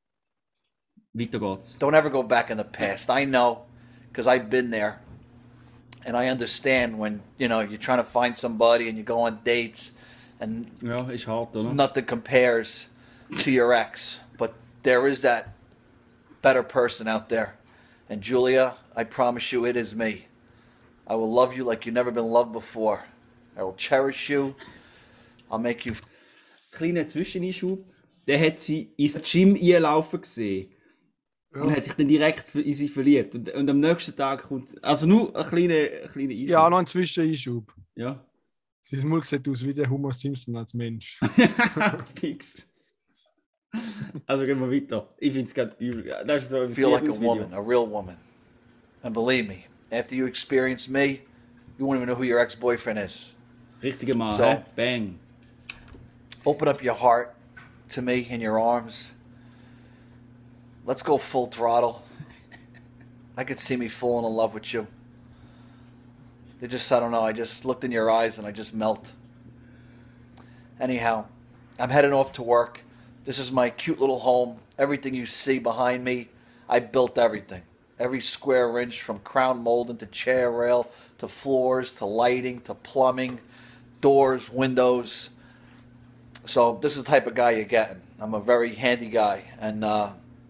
Weiter geht's. Don't ever go back in the past. I know, because I've been there. And I understand when, you know, you're trying to find somebody and you go on dates and Ja, ist hart, oder? nothing compares to your ex. But there is that better person out there. And Julia, I promise you it is me. I will love you like you've never been loved before. I will cherish you. I'll make you... Kleiner Zwischeneinschub. Der hat sie ins Gym einlaufen gesehen. Ja. Und hat sich dann direkt in sie verliebt. Und, und am nächsten Tag kommt. Also nur ein kleiner, ein kleiner Einschub. Ja, noch ein Zwischeneinschub. Ja. Sein Mund sieht aus wie der Homer Simpson als Mensch. Fix. Also gehen wir weiter. Ich finde es gerade übel. Das ist so ein Feel like a Video. woman, a real woman. And believe me, after you experience me, you won't even know who your ex-boyfriend is. Richtiger Mann, So. hä? Bang. Open up your heart to me in your arms. Let's go full throttle. I could see me falling in love with you. It just, I don't know, I just looked in your eyes and I just melt. Anyhow, I'm heading off to work. This is my cute little home. Everything you see behind me, I built everything. Every square inch, from crown molding to chair rail, to floors, to lighting, to plumbing, doors, windows. So this is the type of guy you're getting. I'm a very handy guy, and uh,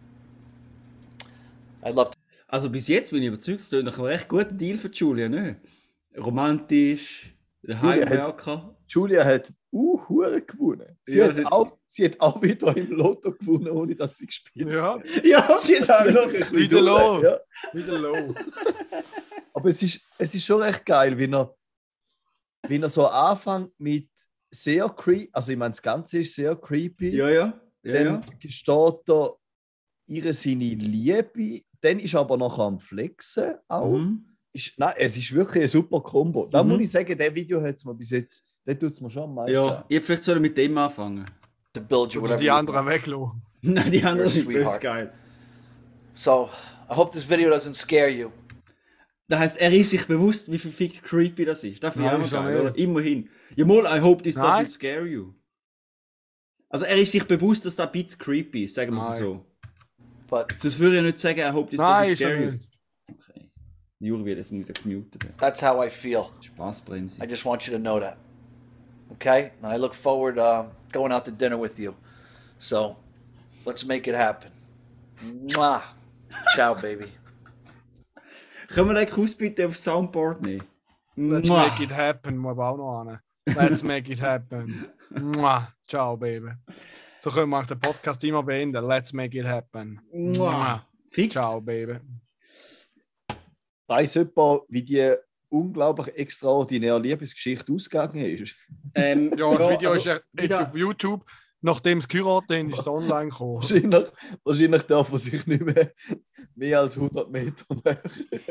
I'd love to. Also bis jetzt bin ich überzeugt, es ist doch ein recht guter Deal für Julia, ne? Romantisch, der Julia hat- Heimwerker. Julia hat uh, Hure gewonnen. Sie, Ja, hat sie- auch, sie hat auch wieder im Lotto gewonnen, ohne dass sie gespielt hat. Ja, Ja, sie hat Sie hat auch sich ein bisschen Wieder durch- los. ja. wieder low. Aber es ist, es ist schon recht geil, wie er, wie er so anfängt mit sehr creepy, also ich meine, das Ganze ist sehr creepy. Ja, ja. ja, Dann ja. gesteht er ihre seine Liebe, dann ist er aber nachher am Flexen auch. Mhm. Ist, nein, es ist wirklich ein super Kombo. Da Mhm. muss ich sagen, der Video hat es mir bis jetzt, der tut es mir schon am meisten. Ja, ich vielleicht soll mit dem anfangen. to build you Oder whatever die you anderen want. weglassen. Nein, die anderen You're a sind böse sweetheart. geil. So I hope this video doesn't scare you. Das heisst, er ist sich bewusst, wie verfickt creepy das ist. Das finde ich Nein, auch ist er geil, oder? nicht. Immerhin. Ja, mal, I hope this Nein. doesn't scare you. Also er ist sich bewusst, dass das ein bisschen creepy ist, sagen wir es Nein. so. But Sonst würde ich nicht sagen, I hope this Nein, doesn't ist er scare you. nicht. Okay. Juri wird jetzt wieder gemutet. that's how I feel. Spaßbremse. I just want you to know that. Okay? And I look forward uh, going out to dinner with you. So let's make it happen. Mwah. Ciao, baby. Können wir den Kuss bitte aufs Soundboard nehmen? Let's Mua. make it happen, muss aber auch noch an. Let's make it happen. Mua. Ciao, Baby. So können wir auch den Podcast immer beenden. Let's make it happen. Mua. Fix. Ciao, Baby. Weiss jemand, wie die unglaublich extraordinäre Liebesgeschichte ausgegangen ist? Ähm, Ja, das Video also, ist ja jetzt wieder- auf YouTube. Nachdem es geheiratet haben, ist es online gekommen. Wahrscheinlich, wahrscheinlich darf er sich nicht mehr mehr als hundert Meter näher.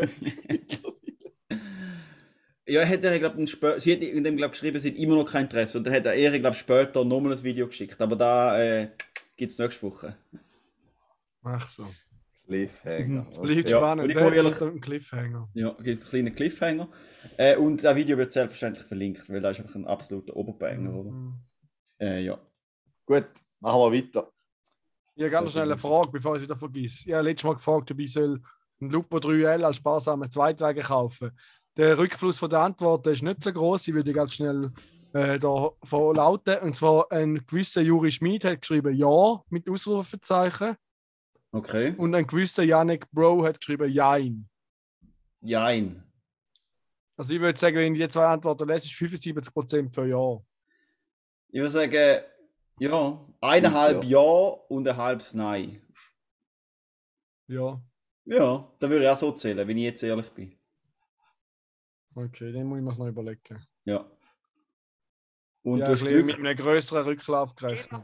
Ja, hat er, glaub, sie hat in dem glaub, geschrieben, sie hat immer noch kein Interesse. Und dann hat er ihr, glaub, später nochmal ein Video geschickt. Aber da äh, gibt es nächste Woche. Ach so. Cliffhanger. Es bleibt Ja, spannend. und ich Der muss hat ehrlich- einen Cliffhanger. Ja, es gibt einen kleinen Cliffhanger. Äh, und das Video wird selbstverständlich verlinkt, weil das ist einfach ein absoluter Oberbanger, oder? Mhm. Äh, ja. Gut, machen wir weiter. Ich habe ganz schnell eine Frage, bevor ich es wieder vergesse. Ich habe letztes Mal gefragt, ob ich soll einen Lupo drei L als sparsamen Zweitwagen kaufen. Der Rückfluss von der Antwort ist nicht so groß. Ich würde ganz schnell äh, da verlauten. Und zwar ein gewisser Juri Schmid hat geschrieben Ja mit Ausrufezeichen. Okay. Und ein gewisser Yannick Bro hat geschrieben Jein. Jein. Also ich würde sagen, wenn ich die zwei Antworten lese, ist fünfundsiebzig Prozent für Ja. Ich würde sagen, ja, eineinhalb Ja, und ein halbes Nein. Ja. Ja, da würde ich auch so zählen, wenn ich jetzt ehrlich bin. Okay, dann muss ich mir das noch überlegen. Ja. Und Ja, du ich hast habe Glück. mit einem größeren Rücklauf gerechnet.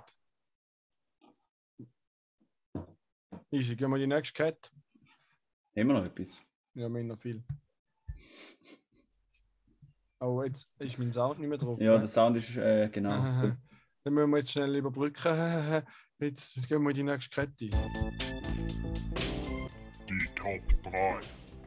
Easy, gehen wir in die nächste Kette. Haben wir noch etwas? Ja, wir haben noch viel. Oh, jetzt ist mein Sound nicht mehr drauf. Ja, ne? der Sound ist, äh, genau. Dann müssen wir jetzt schnell überbrücken. Jetzt gehen wir in die nächste Kette. Die Top drei.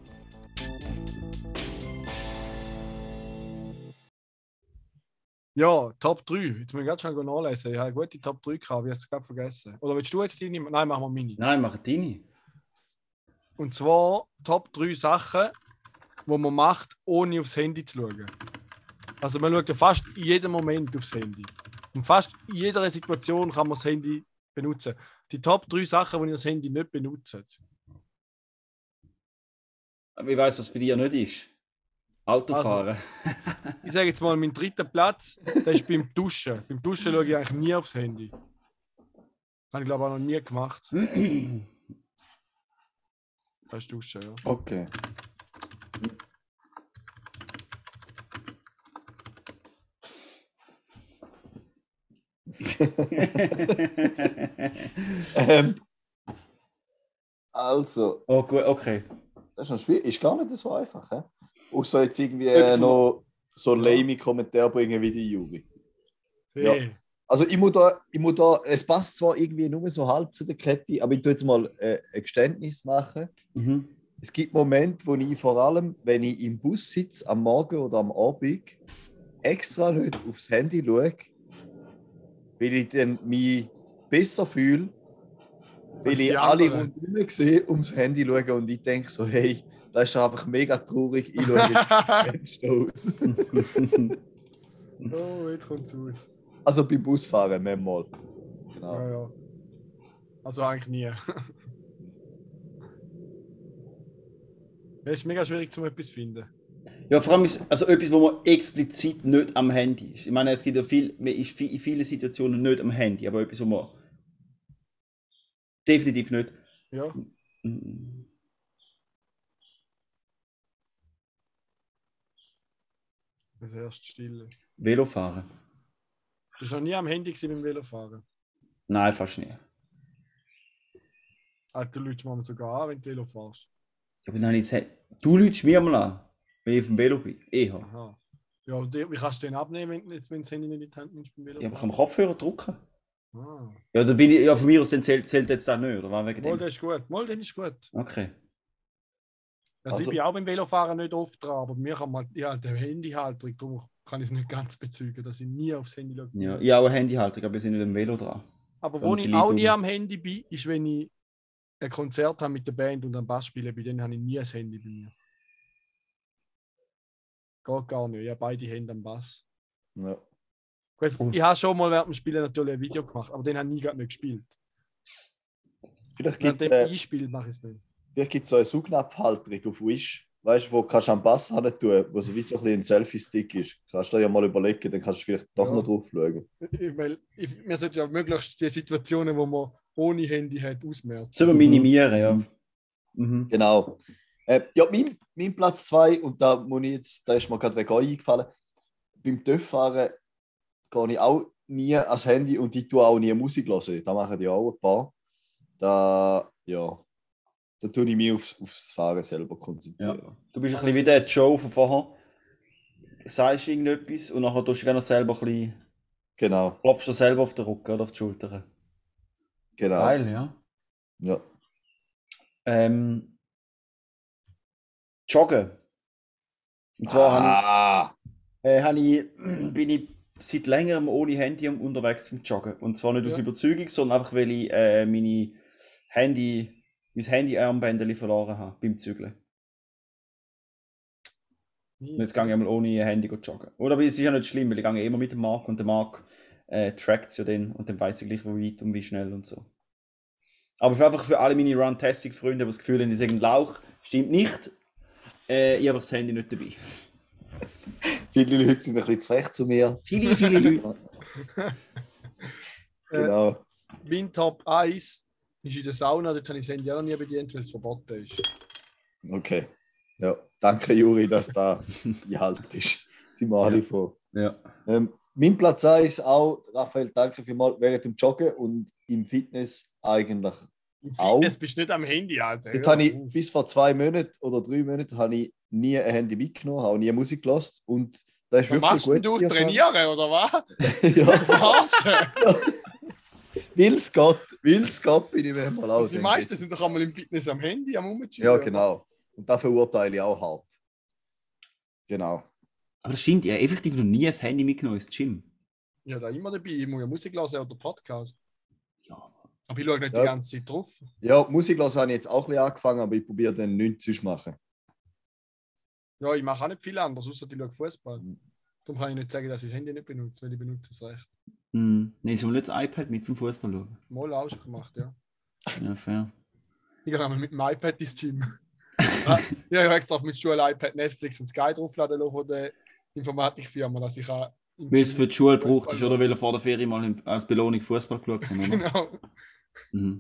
Ja, Top drei. Jetzt muss ich ganz schnell nachlesen. Ich habe eine gute Top drei gehabt, ich habe es gerade vergessen. Oder willst du jetzt die nehmen? Nein, machen wir meine. Nein, mach deine. Und zwar Top drei Sachen, die man macht, ohne aufs Handy zu schauen. Also man schaut ja fast in jedem Moment aufs Handy. Und fast in jeder Situation kann man das Handy benutzen. Die Top drei Sachen, die ihr das Handy nicht benutzt. Aber ich weiß, was bei dir nicht ist. Autofahren. Ich sage jetzt mal, mein dritter Platz, der ist beim Duschen. Beim Duschen schaue ich eigentlich nie aufs Handy. Habe ich glaube auch noch nie gemacht. Das ist duschen, ja. Okay. ähm, also, Oh, gut, okay. das ist noch schwierig. Ist gar nicht so einfach. He? Außer jetzt irgendwie Etwas, äh, noch so Ja. lame Kommentare bringen wie die Juri. Ja. Hey. Also ich muss da, ich muss da, es passt zwar irgendwie nur so halb zu der Kette, aber ich tue jetzt mal äh, ein Geständnis machen. Mhm. Es gibt Momente, wo ich vor allem, wenn ich im Bus sitze, am Morgen oder am Abend, extra nicht aufs Handy schaue, weil ich dann mich besser fühle, weil Als ich die alle anderen. rundherum sehe, ums Handy schauen und ich denke so, hey, das ist einfach mega traurig, ich schaue jetzt Fenster aus. Oh, jetzt kommt es aus. Also beim Busfahren manchmal. Genau. Ja, ja. Also eigentlich nie. Es ist mega schwierig, zum etwas zu finden. Ja, vor allem ist also etwas, wo man explizit nicht am Handy ist. Ich meine, es gibt ja viel, man ist vi- in vielen Situationen nicht am Handy, aber etwas, wo man definitiv nicht. Ja. Mm. Das erst Stille. Velofahren. Du bist noch nie am Handy gewesen beim Velofahren. Nein, fast nicht. Alte Leute machen sogar an, wenn du Velo fährst. Aber dann habe ich gesagt, du lügst mir mal an, wenn ich auf dem Velo bin. Eher. Aha. Ja, und die- wie kannst du den abnehmen, wenn, jetzt, wenn du das Handy nicht in die Hand nimmst beim Ich Velofahren? einfach am Kopfhörer drücken. Ah. Ja, da bin ich, ja, von mir aus dann zählt, zählt jetzt das nicht, oder? War wegen Mal, dem? das ist gut. Mal, das ist gut. Okay. Also, Also- ich bin auch beim Velofahren nicht oft dran, aber mir kann man ja, der Handyhalter, darum kann ich es nicht ganz bezeugen, dass ich nie aufs Handy schaue. Ja, ich habe auch eine Handyhaltung, aber wir sind nicht am Velo dran. Aber Dann wo sie ich auch Leute nie um. am Handy bin, ist, wenn ich ein Konzert habe mit der Band und am Bass spielen bin, dann habe ich nie ein Handy bei mir. Geht gar nicht. Ich habe beide Hände am Bass. Ja. Gut, ich habe schon mal während dem Spielen natürlich ein Video gemacht, aber den habe ich nie gerade nicht gespielt. Vielleicht gibt Während es dem äh, einspiele, mache ich es nicht. vielleicht gibt's so eine Saugnapfhalterung auf Wish. Weißt du, wo kannst du am Bass hin tun, wo so wie so ein, bisschen ein Selfie-Stick ist. Kannst du dir ja mal überlegen, dann kannst du vielleicht doch Ja. noch drauf schauen. Ich- Weil ich, wir sollten ja möglichst die Situationen, wo man ohne Handy hat, ausmerzen. Sollen wir minimieren, ja. Mhm. Genau. Äh, ja, mein, mein Platz zwei, und da muss ich jetzt, da ist mir gerade wegen euch eingefallen, beim TÜV-Fahren gehe ich auch nie ans Handy und ich tue auch nie Musik hören. Da machen die auch ein paar. Da, ja, da tue ich mich aufs, aufs Fahren selber konzentrieren. Ja. Du bist ein bisschen wie der Joe von vorher. Sagst irgendetwas und nachher tust du gerne selber ein bisschen, Genau, klopfst du selber auf den Rücken oder auf die Schulter. genau. Geil, ja. Ja. Ähm, Joggen. Und zwar habe Ah, ich, äh, habe ich, bin ich seit längerem ohne Handy am- unterwegs zum Joggen. Und zwar nicht aus Ja. Überzeugung, sondern einfach, weil ich äh, meine Handy, mein Handy-Armbändchen verloren habe beim Zügeln. Und jetzt gehe ich einmal ohne Handy joggen. Oder aber es ist ja nicht schlimm, weil ich gehe immer mit dem Marc und der Marc äh, trackt es ja dann und dann weiß ich gleich, wo weit und wie schnell und so. Aber für einfach für alle meine Runtastic-Freunde, die das Gefühl haben, ich sage Lauch, stimmt nicht. Äh, ich habe das Handy nicht dabei. viele Leute sind ein bisschen zu frech zu mir. Viele, viele Leute. Genau. Mein Top eins ist in der Sauna, dort habe ich das Handy auch noch nie bedient, weil es verboten ist. Okay. Ja, danke Juri, dass da die Halt ist. Sind wir alle Ja. froh. Ja. Ähm, mein Platz eins auch, Raphael, danke vielmals, während dem Joggen und im Fitness eigentlich. Im Auch. Fitness bist du nicht am Handy, Alter. Jetzt Hör habe ich, auf. bis vor zwei Monaten oder drei Monaten habe ich nie ein Handy mitgenommen, habe nie Musik gelassen und da ist Was wirklich machst denn du? gut. Trainieren, oder was? Ja, Verarschen? weil es geht, weil es geht, bin ich manchmal auch. Die denke meisten ich. sind doch einmal im Fitness am Handy, am Umschieben. Ja, genau. Und da verurteile ich auch hart. Genau. Aber das stimmt, ich habe effektiv noch nie ein Handy mitgenommen ins Gym. Ja, da immer dabei. Ich muss ja Musik hören oder Podcast. Ja. Aber ich schaue nicht Ja. die ganze Zeit drauf. Ja, Musik hören habe ich jetzt auch ein bisschen angefangen, aber ich probiere dann nichts zu machen. Ja, ich mache auch nicht viel anders, außer ich schaue Fußball. Darum kann ich nicht sagen, dass ich das Handy nicht benutze, weil ich benutze es recht. Hm. Nein, soll man nicht das iPad mit zum Fußball schauen? Mal auch schon gemacht, ja. Ja, fair. Ich gehe einmal mit dem iPad ins Gym. Ja, ich habe extra auf mein Schul-iPad Netflix und Sky draufladen lassen von der Informatikfirma, dass ich auch im Weil es Gym für die Schule Fußball braucht ist, oder weil er vor der Ferie mal im- als Belohnung Fußball geschaut hat. Oder? Genau. Mhm.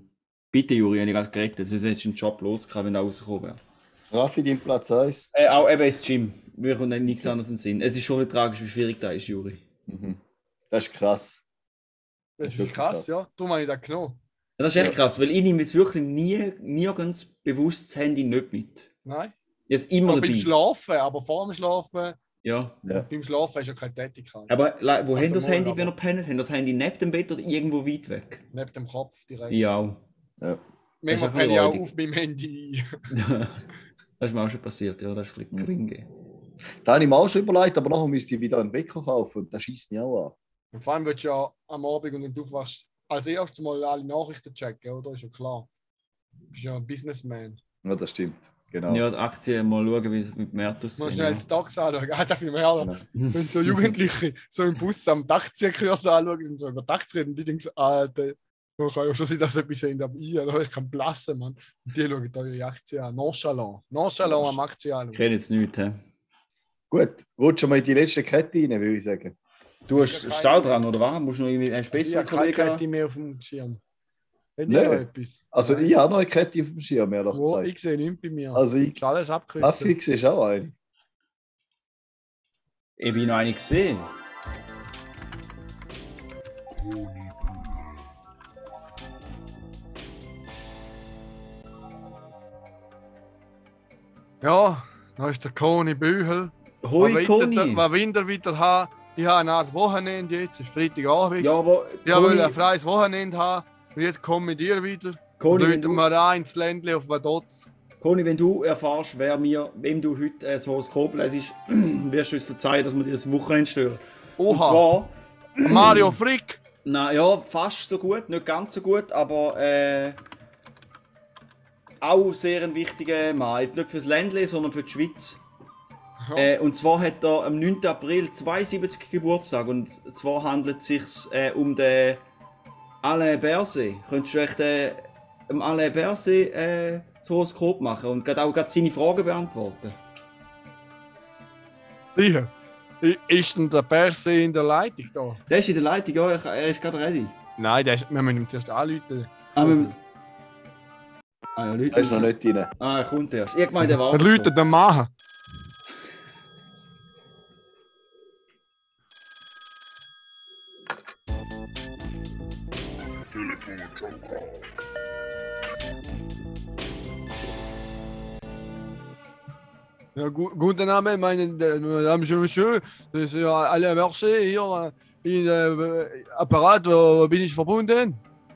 Bitte, Juri, ich habe gerade gerettet. Sonst hättest du einen Job losgehabt, wenn du rausgekommen wärst. Raffi, dein Platz eins. Äh, auch eben ins Gym. Mir kommt nichts anderes in den Sinn. Es ist schon nicht tragisch, wie schwierig das ist, Juri. Mhm. Das ist krass. Das ist wirklich krass, krass. ja. Darum habe ich das genommen. Ja, das ist echt krass, weil ich nehme jetzt wirklich nie, nirgends bewusst das Handy nicht mit. Nein. Jetzt immer Aber beim dabei. Schlafen, aber vor dem Schlafen, Ja. Ja. beim Schlafen ist ja keine Tätigkeit. Aber le- wo Also haben das mal, Handy, aber- wenn ihr pennt? Haben das Handy neben dem Bett oder irgendwo weit weg? Neben dem Kopf direkt. Ja. Ja. Manchmal Das ist penne ich auch räudig. auf meinem Handy. Das ist mir auch schon passiert, ja, das ist ein bisschen gering. Da habe ich mir auch schon überlegt, aber nachher müsste ich wieder einen Wecker kaufen und das schießt mich auch an. Und vor allem willst du ja am Abend, und wenn du aufwachst, als erstes mal alle Nachrichten checken, oder? Ist ja klar. Du bist ja ein Businessman. Ja, das stimmt. Genau. Ja, die Aktien mal schauen, wie es mit dem Markt Du musst aussieht. schnell Ja. das Tax anschauen. Ah, darf ich mir herren. Genau. Wenn so Jugendliche so im Bus am Aktienkurs anschauen, sind so über die Aktien reden, die denken so, Alter, da kann ja schon sein, dass etwas in der I da ich kann blassen, Mann. Und die schauen da ihre Aktien an. Nonchalant. Nonchalant am Aktien Ich anschauen. kenne jetzt nichts. He. Gut, rutschen wir in die letzte Kette rein, würde ich sagen. Du hast Stall dran, oder was? Musst du noch irgendwie einen Ich habe besseren keine Kollegen Kette mehr auf dem Schirm. Hat Nö. ihr noch etwas? Also Nein. ich habe noch eine Kette auf dem Schirm, ehrlich Wo, gesagt. ich sehe nichts bei mir. Also ich, Ist alles abgekürzt. Raffi, siehst du auch eine? Ich habe noch eine gesehen. Ja, da ist der Koni Bühel. Hoi, Was Koni! winter- Was Winter wieder haben. Ich habe eine Art Wochenende jetzt, es ist Freitagabend. Ja, aber Ich will Koni, ein freies Wochenende haben. Und jetzt komme mit dir wieder. Koni, wenn Leuten du, wir da ins Ländle auf Vaduz. Koni, wenn du erfährst, wer mir, wem du heute äh, das Horoskop lesest, wirst du uns verzeihen, dass wir dir das Wochenende stören. Und Oha, zwar, Mario Frick. na ja, fast so gut, nicht ganz so gut, aber äh, auch sehr ein wichtiger Mann. Jetzt nicht fürs Ländle, sondern für die Schweiz. Ja. Äh, und zwar hat er am neunten April zweiundsiebzig Geburtstag und zwar handelt es sich äh, um den Alain Berset. Könntest du echt äh, dem Alain Berset äh, das Horoskop machen und grad auch grad seine Fragen beantworten? Sicher. I- Ist denn der Perse in der Leitung da? Der ist in der Leitung, ja, er- er ist gerade ready. Nein, der ist, wir müssen ihm zuerst anrufen. Ah, wir müssen- ah ja, Leute. Er ist noch nicht rein. Ah, er kommt erst. Ich meine, der war. Der läutet den Mann. Telefonjoker. Ja, gu guten Abend, meine Damen und Monsieur. Das ist ja alle Merce hier äh, in äh, Apparat. Wo bin ich verbunden?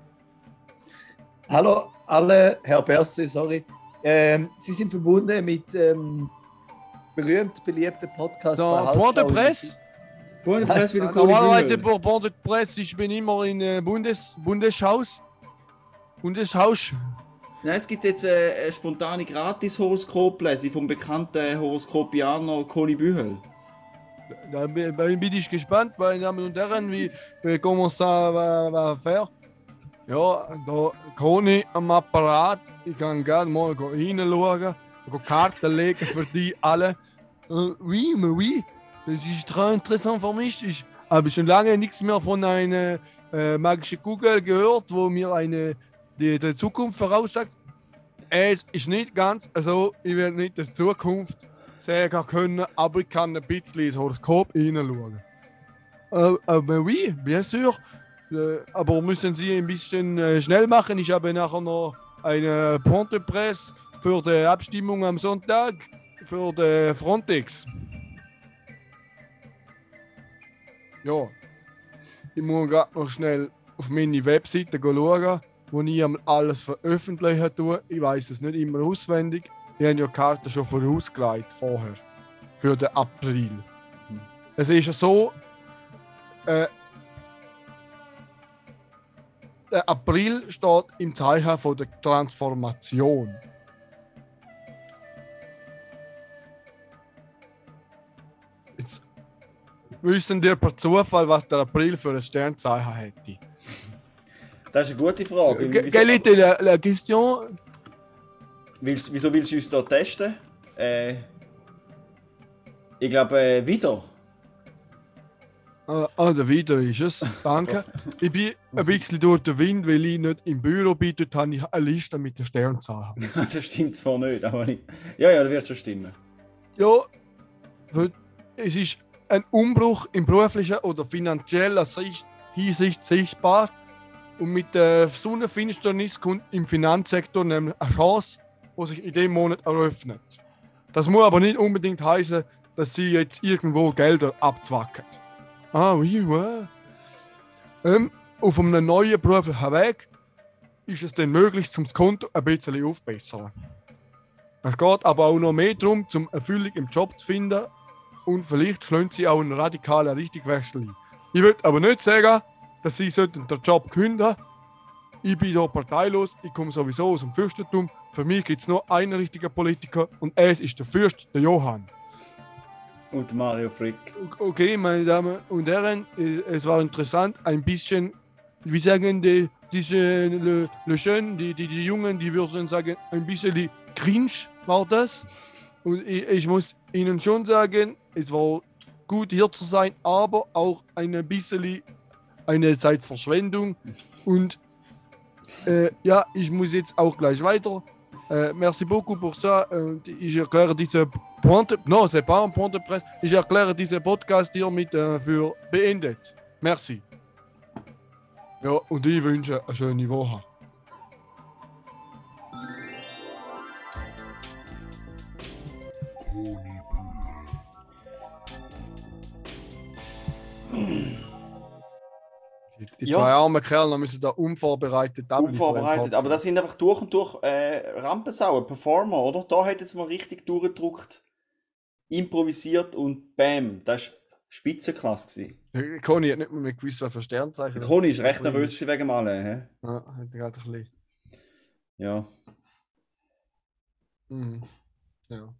Hallo alle, Herr Berse, sorry. Ähm, Sie sind verbunden mit ähm, berühmt beliebten Podcast. Der Point de Presse. Gute Presse wieder Normalerweise pour Point de Presse, ich bin immer in äh, Bundes Bundeshaus. Bundeshaus. Nein, es gibt jetzt äh, eine spontane Gratis-Horoskoplese vom bekannten Horoskopianer Conny Bühel. Da bin bin ich gespannt, meine Damen und Herren, wie, wie comment ça va, va faire. Ja, da kann ich am Apparat, ich kann gerne mal hineinschauen, Karten legen für die alle. Äh, oui, mais oui, das ist très interessant für mich. Ich habe schon lange nichts mehr von einer äh, magischen Kugel gehört, wo mir eine die, die Zukunft voraussagt. Es ist nicht ganz so, ich werde nicht die Zukunft sagen können, aber ich kann ein bisschen ins Horoskop hineinschauen. Äh, aber oui, bien sûr. Äh, aber müssen Sie ein bisschen äh, schnell machen. Ich habe nachher noch eine Point de Presse für die Abstimmung am Sonntag für die Frontex. Ja, ich muss gerade noch schnell auf meine Webseite schauen, wo ich einmal alles veröffentlichen tue. Ich weiß es nicht immer auswendig. Ich habe ja die Karte schon vorausgelegt vorher. Für den April. Es ist ja so, äh, der April steht im Zeichen von der Transformation. Jetzt wissen dir per Zufall, was der April für ein Sternzeichen hätte. Das ist eine gute Frage. Ge- Wieso, Quelle était la, la question? willst, wieso willst du uns da testen? Äh, ich glaube, äh, wieder. Ah, also wieder ist es. Danke. Ich bin ein bisschen durch den Wind, weil ich nicht im Büro bin. Dort habe ich eine Liste mit den Sternzahlen. Das stimmt zwar nicht, aber nicht. Ja, ja, das wird schon stimmen. Ja, weil es ist ein Umbruch im beruflichen oder finanziellen Sicht, Hinsicht sichtbar. Und mit der Sonnenfinsternis kommt im Finanzsektor nämlich eine Chance, die sich in diesem Monat eröffnet. Das muss aber nicht unbedingt heißen, dass sie jetzt irgendwo Gelder abzwacken. Ah, oui, ouais. Ähm, auf einem neuen beruflichen Weg ist es dann möglich, zum Konto ein bisschen aufzubessern. Es geht aber auch noch mehr darum, zum Erfüllung im Job zu finden und vielleicht schlägt sie auch einen radikalen Richtungswechsel ein. Ich würde aber nicht sagen, dass sie den Job kündigen. Ich bin hier parteilos, ich komme sowieso aus dem Fürstentum. Für mich gibt es nur einen richtigen Politiker und es ist der Fürst, der Johann. Und Mario Frick. Okay, meine Damen und Herren, es war interessant, ein bisschen, wie sagen die, diese Le, Le Jeunes, die, die, die Jungen, die würden sagen, ein bisschen cringe war das. Und ich, ich muss Ihnen schon sagen, es war gut hier zu sein, aber auch ein bisschen eine Zeitverschwendung. Und äh, ja, ich muss jetzt auch gleich weiter. Äh, merci beaucoup pour ça. Und ich erkläre diese Pointe, non, c'est pas un point de presse. Ich erkläre diesen Podcast hiermit äh, für beendet. Merci. Ja, und ich wünsche eine schöne Woche. Die, die Ja. zwei armen Kerle müssen da unvorbereitet ab. Unvorbereitet, aber das sind einfach durch und durch äh, Rampensauen, Performer, oder? Da hat jetzt mal richtig durchgedruckt, improvisiert und bam, das war Spitzenklasse gewesen. Conny hat nicht mehr gewusst, was für Sternzeichen. das Conny ist recht drin nervös ist. gewesen wegen Malen, hä? Ja, hat er gerade ein bisschen. Ja. Mhm. Ja.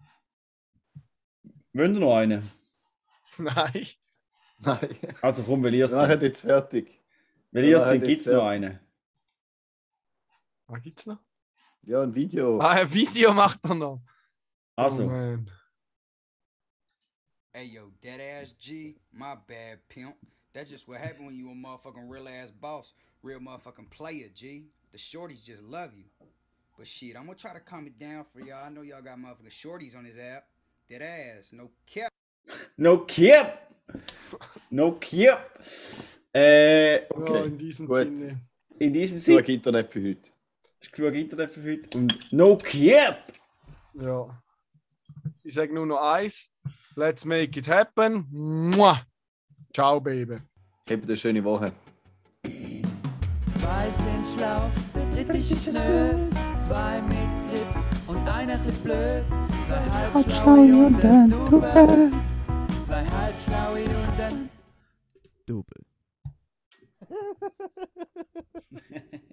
Wollen wir noch einen? Nein. Nein. Also komm, weil ihr Ja, sind. hat jetzt fertig. Weil ihr Ja, sind, hat gibt es jetzt noch fertig. einen. Was gibt's noch? Ja, ein Video. Ah, ein Video macht er noch. Also, Oh, man. Hey yo, dead ass G, my bad pimp. That's just what happened when you a motherfucking real ass boss, real motherfucking player, G. The shorties just love you. But shit, I'm gonna try to calm it down for y'all. I know y'all got motherfucking shorties on his app. Dead ass, no cap. no Kip! No Kip! Äh, Ja, Okay, in diesem gut. Sinne. in diesem So ein Sinne, Internet für heute. ist genug Internet für heute. Und no Kip! Ja. Ich sage nur noch eins. Let's make it happen. Mua. Ciao, Baby. Habt eine schöne Woche. Zwei sind schlau, der dritte ist nö. Zwei mit Grips und einer bisschen blöd. Zwei halbschlaue und ein Double. Zwei halbschlaue und ein Double.